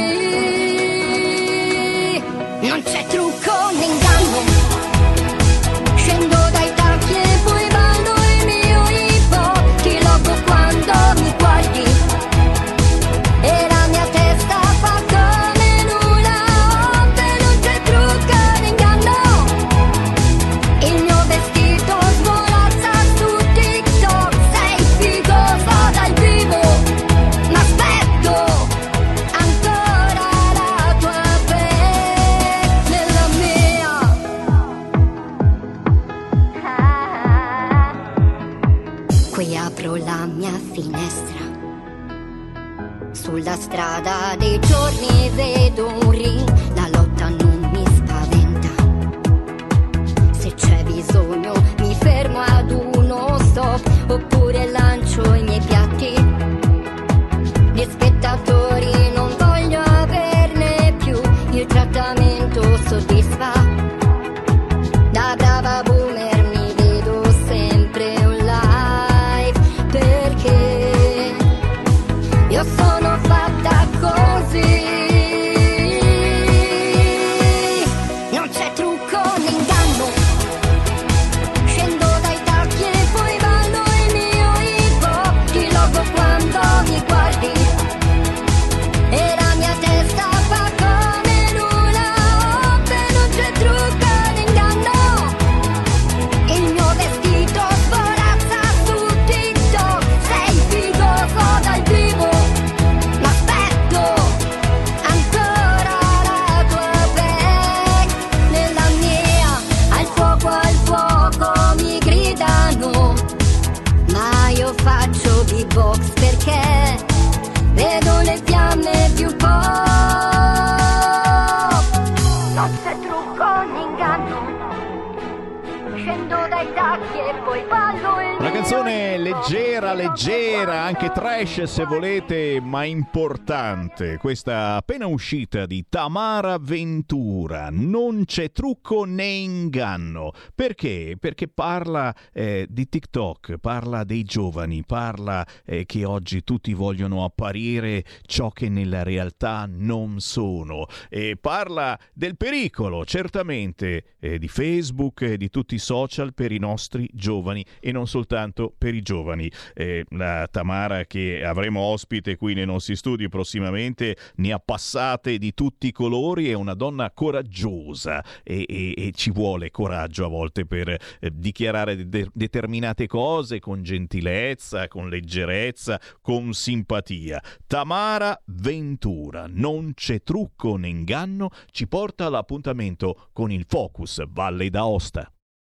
Non c'è trucco né inganno. Scendo dai tacchi e poi ballo il mio hip hop. Ti logo quando mi guardi e la mia testa fa come nulla. E non c'è trucco né inganno. Il mio vestito svolazza su TikTok. Sei figosa dal vivo, ma aspetto ancora la tua pelle nella mia. Qui apro la mia finestra, sulla strada dei giorni vedo un ring, la lotta non mi spaventa. Se c'è bisogno mi fermo ad uno stop, oppure lancio i miei piatti. Gli spettatori non voglio averne più, il trattamento soddisfa. Da brava boomer mi vedo sempre online, perché io sono fatta così. Non c'è trucco né inganno. Scendo dai tacchi e poi ballo il mio hip hop. Ti logo quando mi guardi e la mia testa fa come nulla. E non c'è trucco né inganno. Il mio vestito svorazza su TikTok. Sei figoso dal vivo, ma aspetto ancora la tua back nella mia. Al fuoco mi gridano, ma io faccio beatbox perché vedo le fiamme più pop. Non c'è trucco né inganno. Scendo dai tacchi e poi ballo il Una canzone leggera, anche trash se volete, ma importante. Questa appena uscita di Tamara Ventura, Non c'è trucco né inganno. Perché? Perché parla di TikTok, parla dei giovani, parla che oggi tutti vogliono apparire ciò che nella realtà non sono. Parla del pericolo, certamente, di Facebook e di tutti i social per i nostri giovani e non soltanto per i giovani. La Tamara, che avremo ospite qui nei nostri studi prossimamente, ne ha passate di tutti i colori, è una donna coraggiosa e ci vuole coraggio a volte per dichiarare determinate cose con gentilezza, con leggerezza, con simpatia. Tamara Ventura, Non c'è trucco né inganno, ci porta all'appuntamento con il Focus Valle d'Aosta.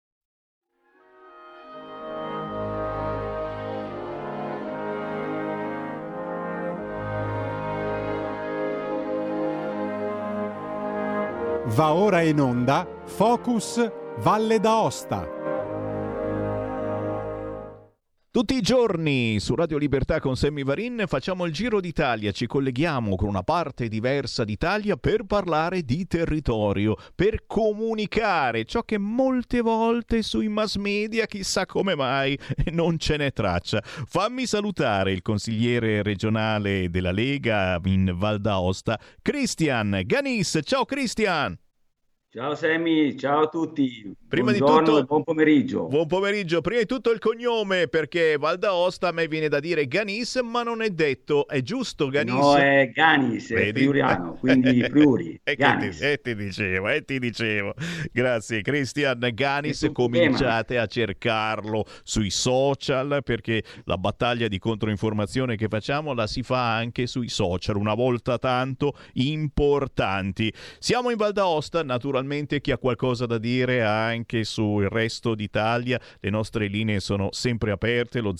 Va ora in onda Focus Valle d'Aosta. Tutti i giorni su Radio Libertà con Sammy Varin facciamo il giro d'Italia, ci colleghiamo con una parte diversa d'Italia per parlare di territorio, per comunicare ciò che molte volte sui mass media, chissà come mai, non ce n'è traccia. Fammi salutare il consigliere regionale della Lega in Val d'Aosta, Christian Ganis. Ciao Christian! Ciao Sammy, ciao a tutti. Prima Buongiorno di tutto, e buon pomeriggio. Buon pomeriggio. Prima di tutto il cognome, perché Val d'Aosta a me viene da dire Ganis, ma non è detto. È giusto Ganis? No, è Ganis, è friuriano, quindi Friuli. Ti dicevo. Grazie Christian Ganis, cominciate a cercarlo sui social, perché la battaglia di controinformazione che facciamo la si fa anche sui social, una volta tanto importanti. Siamo in Val d'Aosta, naturalmente chi ha qualcosa da dire anche sul resto d'Italia, le nostre linee sono sempre aperte, lo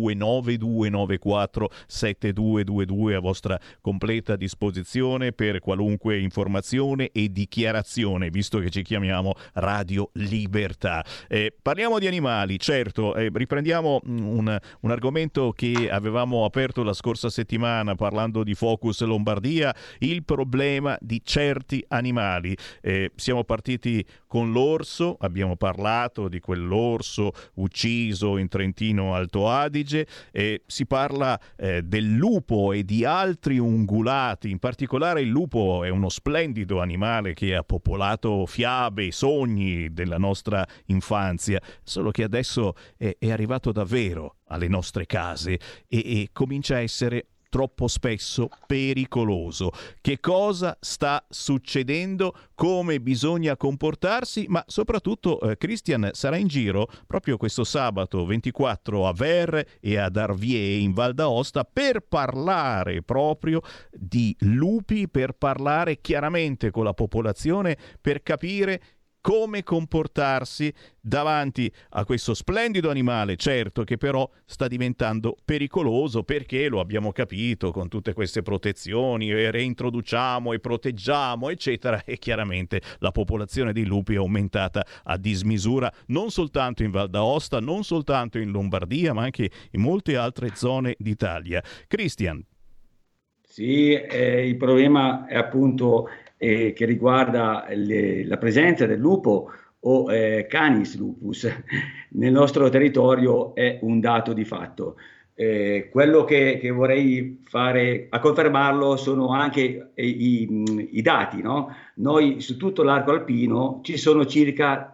0292947222 a vostra completa disposizione per qualunque informazione e dichiarazione, visto che ci chiamiamo Radio Libertà. Parliamo di animali, certo, riprendiamo un argomento che avevamo aperto la scorsa settimana parlando di Focus Lombardia, il problema di certi animali. Siamo partiti con l'orso, abbiamo parlato di quell'orso ucciso in Trentino Alto Adige, si parla del lupo e di altri ungulati, in particolare il lupo è uno splendido animale che ha popolato fiabe, sogni della nostra infanzia, solo che adesso è arrivato davvero alle nostre case e comincia a essere troppo spesso pericoloso. Che cosa sta succedendo? Come bisogna comportarsi? Ma soprattutto Christian sarà in giro proprio questo sabato 24 a Ver e ad Arvier in Val d'Aosta per parlare proprio di lupi, per parlare chiaramente con la popolazione, per capire come comportarsi davanti a questo splendido animale, certo, che però sta diventando pericoloso perché, lo abbiamo capito, con tutte queste protezioni, reintroduciamo e proteggiamo, eccetera, e chiaramente la popolazione dei lupi è aumentata a dismisura, non soltanto in Val d'Aosta, non soltanto in Lombardia, ma anche in molte altre zone d'Italia. Christian. Sì, il problema è appunto che riguarda la presenza del lupo o Canis lupus nel nostro territorio è un dato di fatto. Quello che vorrei fare a confermarlo sono anche i dati, no? Noi su tutto l'arco alpino ci sono circa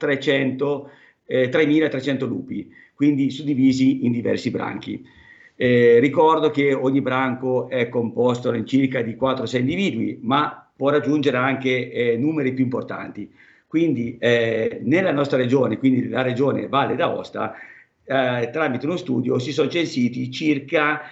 3.300 lupi, quindi suddivisi in diversi branchi. Ricordo che ogni branco è composto in circa di 4-6 individui, ma può raggiungere anche numeri più importanti. Quindi nella nostra regione, quindi la regione Valle d'Aosta, tramite uno studio si sono censiti circa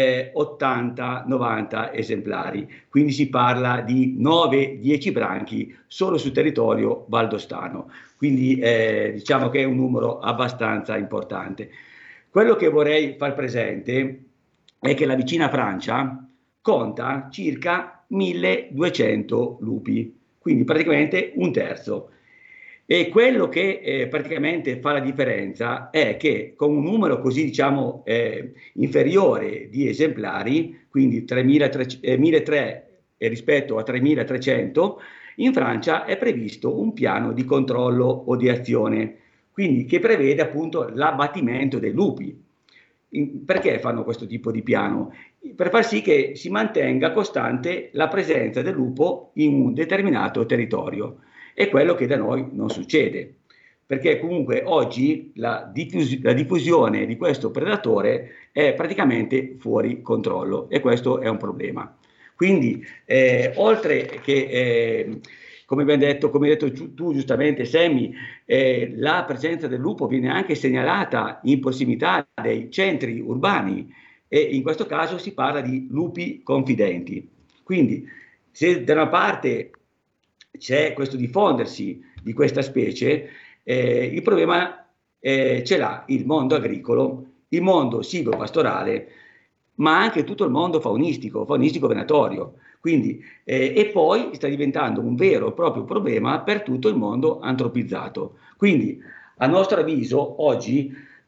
80-90 esemplari, quindi si parla di 9-10 branchi solo sul territorio valdostano, quindi diciamo che è un numero abbastanza importante. Quello che vorrei far presente è che la vicina Francia conta circa 1.200 lupi, quindi praticamente un terzo. E quello che praticamente fa la differenza è che con un numero così, diciamo, inferiore di esemplari, quindi 1.300 rispetto a 3.300, in Francia è previsto un piano di controllo o di azione, quindi che prevede appunto l'abbattimento dei lupi. Perché fanno questo tipo di piano? Per far sì che si mantenga costante la presenza del lupo in un determinato territorio. È quello che da noi non succede, perché comunque oggi la diffusione di questo predatore è praticamente fuori controllo e questo è un problema. Quindi oltre che come hai detto tu giustamente Sammy, la presenza del lupo viene anche segnalata in prossimità dei centri urbani e in questo caso si parla di lupi confidenti. Quindi se da una parte c'è questo diffondersi di questa specie, il problema ce l'ha il mondo agricolo, il mondo silvopastorale, ma anche tutto il mondo faunistico venatorio. Quindi, e poi sta diventando un vero e proprio problema per tutto il mondo antropizzato. Quindi, a nostro avviso, oggi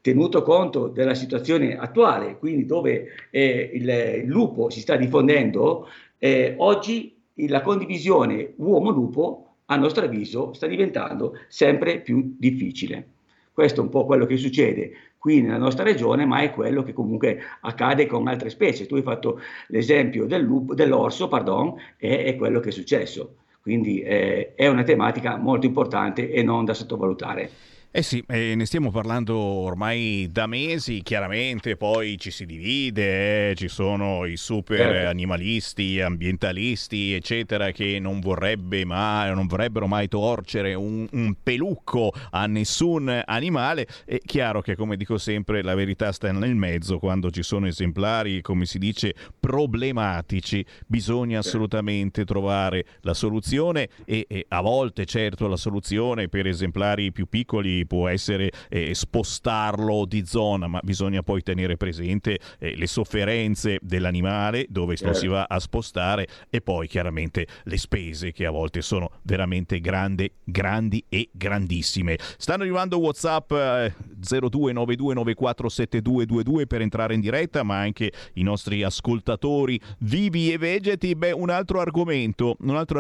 tenuto conto della situazione attuale, quindi dove il lupo si sta diffondendo, oggi la condivisione uomo-lupo, a nostro avviso, sta diventando sempre più difficile. Questo è un po' quello che succede qui nella nostra regione, ma è quello che comunque accade con altre specie. Tu hai fatto l'esempio dell'orso, è quello che è successo. Quindi è una tematica molto importante e non da sottovalutare. Eh sì, ne stiamo parlando ormai da mesi, chiaramente poi ci si divide, ci sono i super animalisti, ambientalisti, eccetera, che non vorrebbero mai torcere un pelucco a nessun animale. È chiaro che, come dico sempre, la verità sta nel mezzo. Quando ci sono esemplari, come si dice, problematici, bisogna assolutamente trovare la soluzione e a volte, certo, la soluzione per esemplari più piccoli può essere spostarlo di zona, ma bisogna poi tenere presente le sofferenze dell'animale dove lo si va a spostare, e poi chiaramente le spese, che a volte sono veramente grandi e grandissime. Stanno arrivando WhatsApp 0292947222 per entrare in diretta, ma anche i nostri ascoltatori vivi e vegeti. Un altro argomento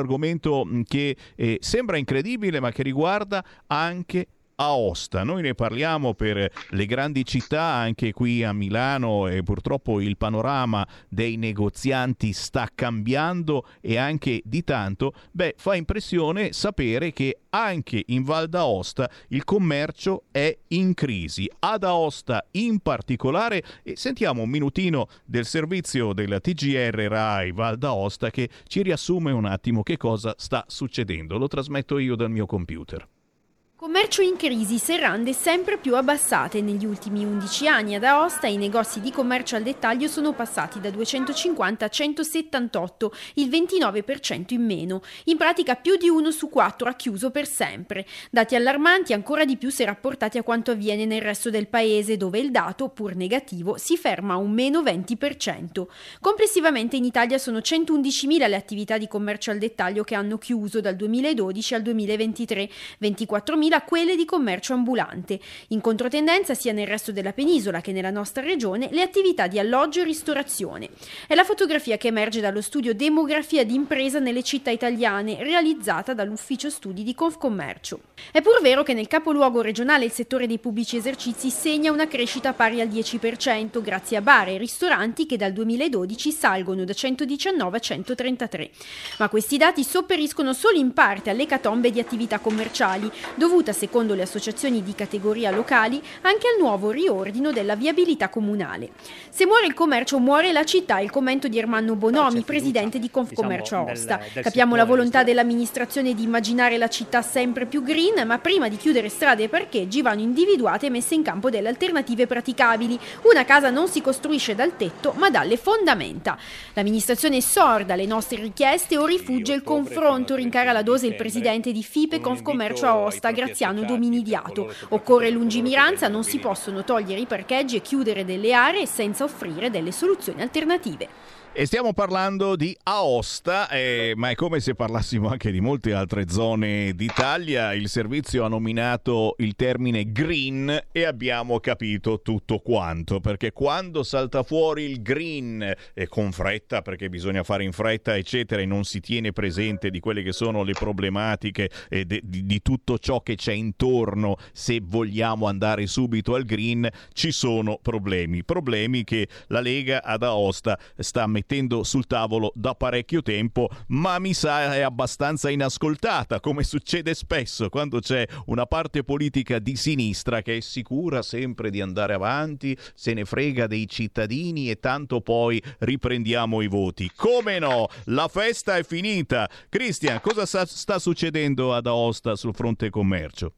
che sembra incredibile, ma che riguarda anche Aosta. Noi ne parliamo per le grandi città, anche qui a Milano, e purtroppo il panorama dei negozianti sta cambiando, e anche di tanto. Fa impressione sapere che anche in Val d'Aosta il commercio è in crisi, ad Aosta in particolare, e sentiamo un minutino del servizio della TGR Rai Val d'Aosta che ci riassume un attimo che cosa sta succedendo. Lo trasmetto io dal mio computer. Commercio in crisi, serrande sempre più abbassate. Negli ultimi 11 anni ad Aosta i negozi di commercio al dettaglio sono passati da 250 a 178, il 29% in meno. In pratica più di 1 su 4 ha chiuso per sempre. Dati allarmanti ancora di più se rapportati a quanto avviene nel resto del paese, dove il dato, pur negativo, si ferma a un meno 20%. Complessivamente in Italia sono 111.000 le attività di commercio al dettaglio che hanno chiuso dal 2012 al 2023, 24.000 quelle di commercio ambulante. In controtendenza sia nel resto della penisola che nella nostra regione le attività di alloggio e ristorazione. È la fotografia che emerge dallo studio Demografia d'impresa nelle città italiane, realizzata dall'ufficio studi di Confcommercio. È pur vero che nel capoluogo regionale il settore dei pubblici esercizi segna una crescita pari al 10%, grazie a bar e ristoranti che dal 2012 salgono da 119 a 133. Ma questi dati sopperiscono solo in parte all'ecatombe di attività commerciali, dovuta, secondo le associazioni di categoria locali, anche al nuovo riordino della viabilità comunale. Se muore il commercio, muore la città, il commento di Ermanno Bonomi, presidente di Confcommercio Aosta. Capiamo la volontà dell'amministrazione di immaginare la città sempre più green, ma prima di chiudere strade e parcheggi vanno individuate e messe in campo delle alternative praticabili. Una casa non si costruisce dal tetto, ma dalle fondamenta. L'amministrazione è sorda alle nostre richieste o rifugge il confronto, rincara la dose il presidente di FIPE Confcommercio Aosta, Graziano Dominidiato. Occorre lungimiranza, non si possono togliere i parcheggi e chiudere delle aree senza offrire delle soluzioni alternative. E stiamo parlando di Aosta, ma è come se parlassimo anche di molte altre zone d'Italia. Il servizio ha nominato il termine green e abbiamo capito tutto quanto, perché quando salta fuori il green con fretta, perché bisogna fare in fretta eccetera, e non si tiene presente di quelle che sono le problematiche di tutto ciò che c'è intorno, se vogliamo andare subito al green, ci sono problemi che la Lega ad Aosta sta mettendo sul tavolo da parecchio tempo, ma mi sa è abbastanza inascoltata, come succede spesso quando c'è una parte politica di sinistra che è sicura sempre di andare avanti, se ne frega dei cittadini e tanto poi riprendiamo i voti. Come no, la festa è finita. Cristian, cosa sta succedendo ad Aosta sul fronte commercio?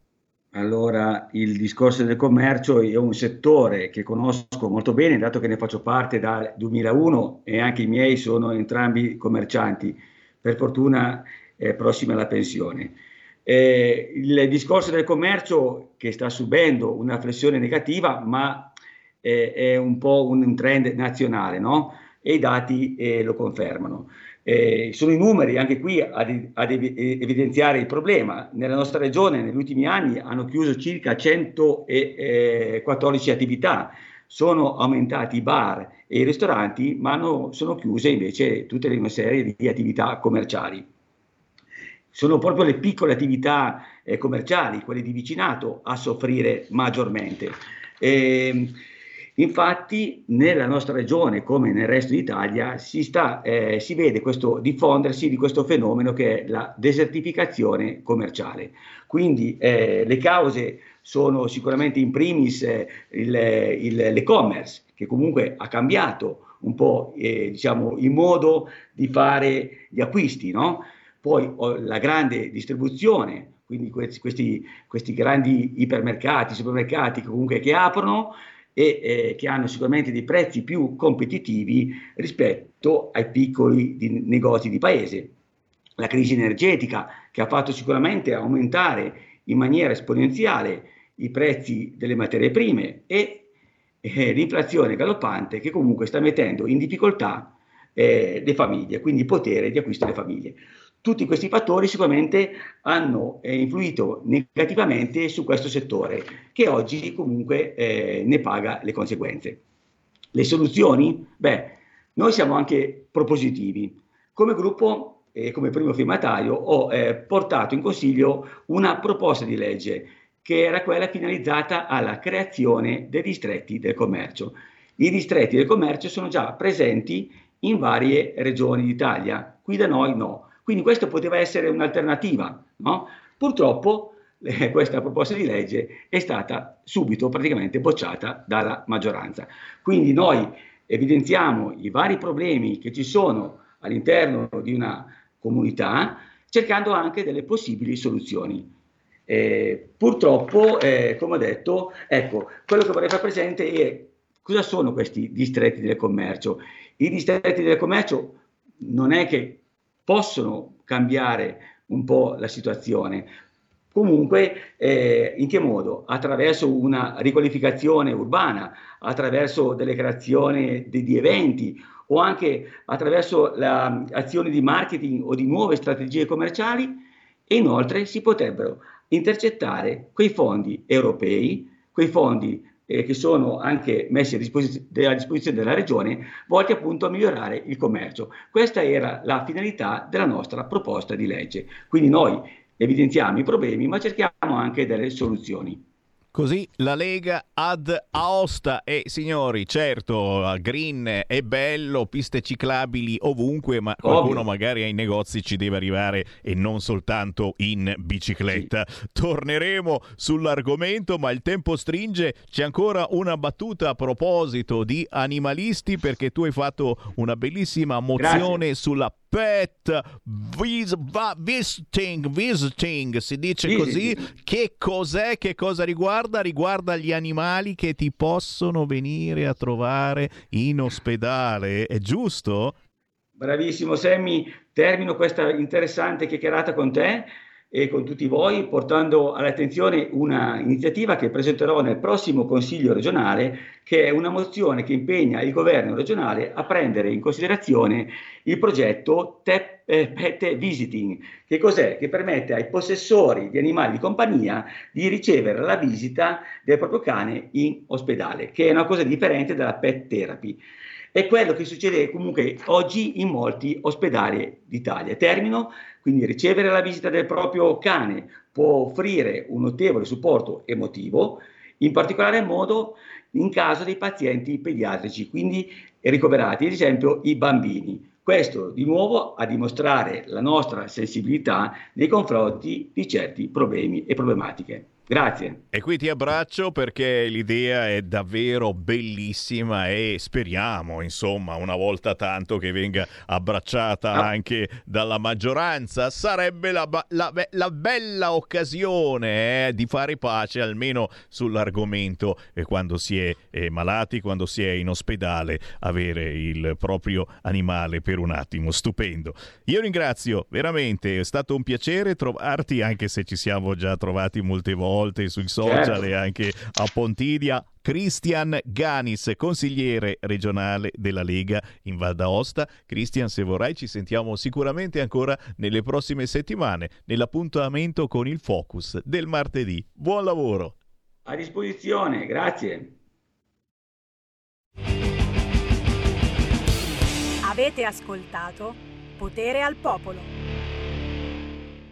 Allora, il discorso del commercio è un settore che conosco molto bene, dato che ne faccio parte dal 2001 e anche i miei sono entrambi commercianti, per fortuna prossimi alla pensione. Il discorso del commercio che sta subendo una flessione negativa, ma è un po' un trend nazionale, no? E i dati lo confermano. Sono i numeri anche qui ad evidenziare il problema. Nella nostra regione negli ultimi anni hanno chiuso circa 114 attività, sono aumentati i bar e i ristoranti, ma sono chiuse invece tutta una serie di attività commerciali. Sono proprio le piccole attività commerciali, quelle di vicinato, a soffrire maggiormente. Infatti nella nostra regione, come nel resto d'Italia, si vede questo diffondersi di questo fenomeno che è la desertificazione commerciale. Quindi le cause sono sicuramente in primis l'e-commerce, che comunque ha cambiato un po' diciamo, il modo di fare gli acquisti, no? Poi la grande distribuzione, quindi questi grandi ipermercati, supermercati comunque che aprono, e che hanno sicuramente dei prezzi più competitivi rispetto ai piccoli negozi di paese. La crisi energetica che ha fatto sicuramente aumentare in maniera esponenziale i prezzi delle materie prime e l'inflazione galoppante che comunque sta mettendo in difficoltà le famiglie, quindi il potere di acquisto delle famiglie. Tutti questi fattori sicuramente hanno influito negativamente su questo settore, che oggi comunque ne paga le conseguenze. Le soluzioni? Beh, noi siamo anche propositivi. Come gruppo e come primo firmatario ho portato in consiglio una proposta di legge che era quella finalizzata alla creazione dei distretti del commercio. I distretti del commercio sono già presenti in varie regioni d'Italia, qui da noi no. Quindi questa poteva essere un'alternativa, no? Purtroppo questa proposta di legge è stata subito praticamente bocciata dalla maggioranza. Quindi noi evidenziamo i vari problemi che ci sono all'interno di una comunità, cercando anche delle possibili soluzioni. Purtroppo, come ho detto, ecco, quello che vorrei far presente è cosa sono questi distretti del commercio. I distretti del commercio non è che possono cambiare un po' la situazione. Comunque, in che modo? Attraverso una riqualificazione urbana, attraverso delle creazioni di eventi o anche attraverso azioni di marketing o di nuove strategie commerciali, e inoltre si potrebbero intercettare quei fondi europei, quei fondi che sono anche messi a disposizione della regione, volti appunto a migliorare il commercio. Questa era la finalità della nostra proposta di legge. Quindi noi evidenziamo i problemi, ma cerchiamo anche delle soluzioni. Così la Lega ad Aosta. E signori, certo, green è bello, piste ciclabili ovunque, ma qualcuno magari ai negozi ci deve arrivare e non soltanto in bicicletta. Sì. Torneremo sull'argomento, ma il tempo stringe. C'è ancora una battuta a proposito di animalisti, perché tu hai fatto una bellissima mozione sulla pet visiting, si dice così. Che cos'è? Che cosa riguarda? Riguarda gli animali che ti possono venire a trovare in ospedale, è giusto? Bravissimo Sammy, termino questa interessante chiacchierata con te e con tutti voi, portando all'attenzione una iniziativa che presenterò nel prossimo Consiglio regionale, che è una mozione che impegna il governo regionale a prendere in considerazione il progetto Pet Visiting. Che cos'è? Che permette ai possessori di animali di compagnia di ricevere la visita del proprio cane in ospedale, che è una cosa differente dalla pet therapy. È quello che succede comunque oggi in molti ospedali d'Italia. Termino, quindi ricevere la visita del proprio cane può offrire un notevole supporto emotivo, in particolare modo in caso dei pazienti pediatrici, quindi ricoverati, ad esempio i bambini. Questo di nuovo a dimostrare la nostra sensibilità nei confronti di certi problemi e problematiche. Grazie. E qui ti abbraccio perché l'idea è davvero bellissima e speriamo, insomma, una volta tanto che venga abbracciata anche dalla maggioranza. Sarebbe la bella occasione di fare pace almeno sull'argomento, quando si è malati, quando si è in ospedale, avere il proprio animale per un attimo. Stupendo. Io ringrazio, veramente, è stato un piacere trovarti, anche se ci siamo già trovati molte volte sui social, certo, e anche a Pontidia. Cristian Ganis, consigliere regionale della Lega in Val d'Aosta. Cristian, se vorrai ci sentiamo sicuramente ancora nelle prossime settimane, nell'appuntamento con il Focus del martedì. Buon lavoro! A disposizione, grazie. Avete ascoltato Potere al Popolo.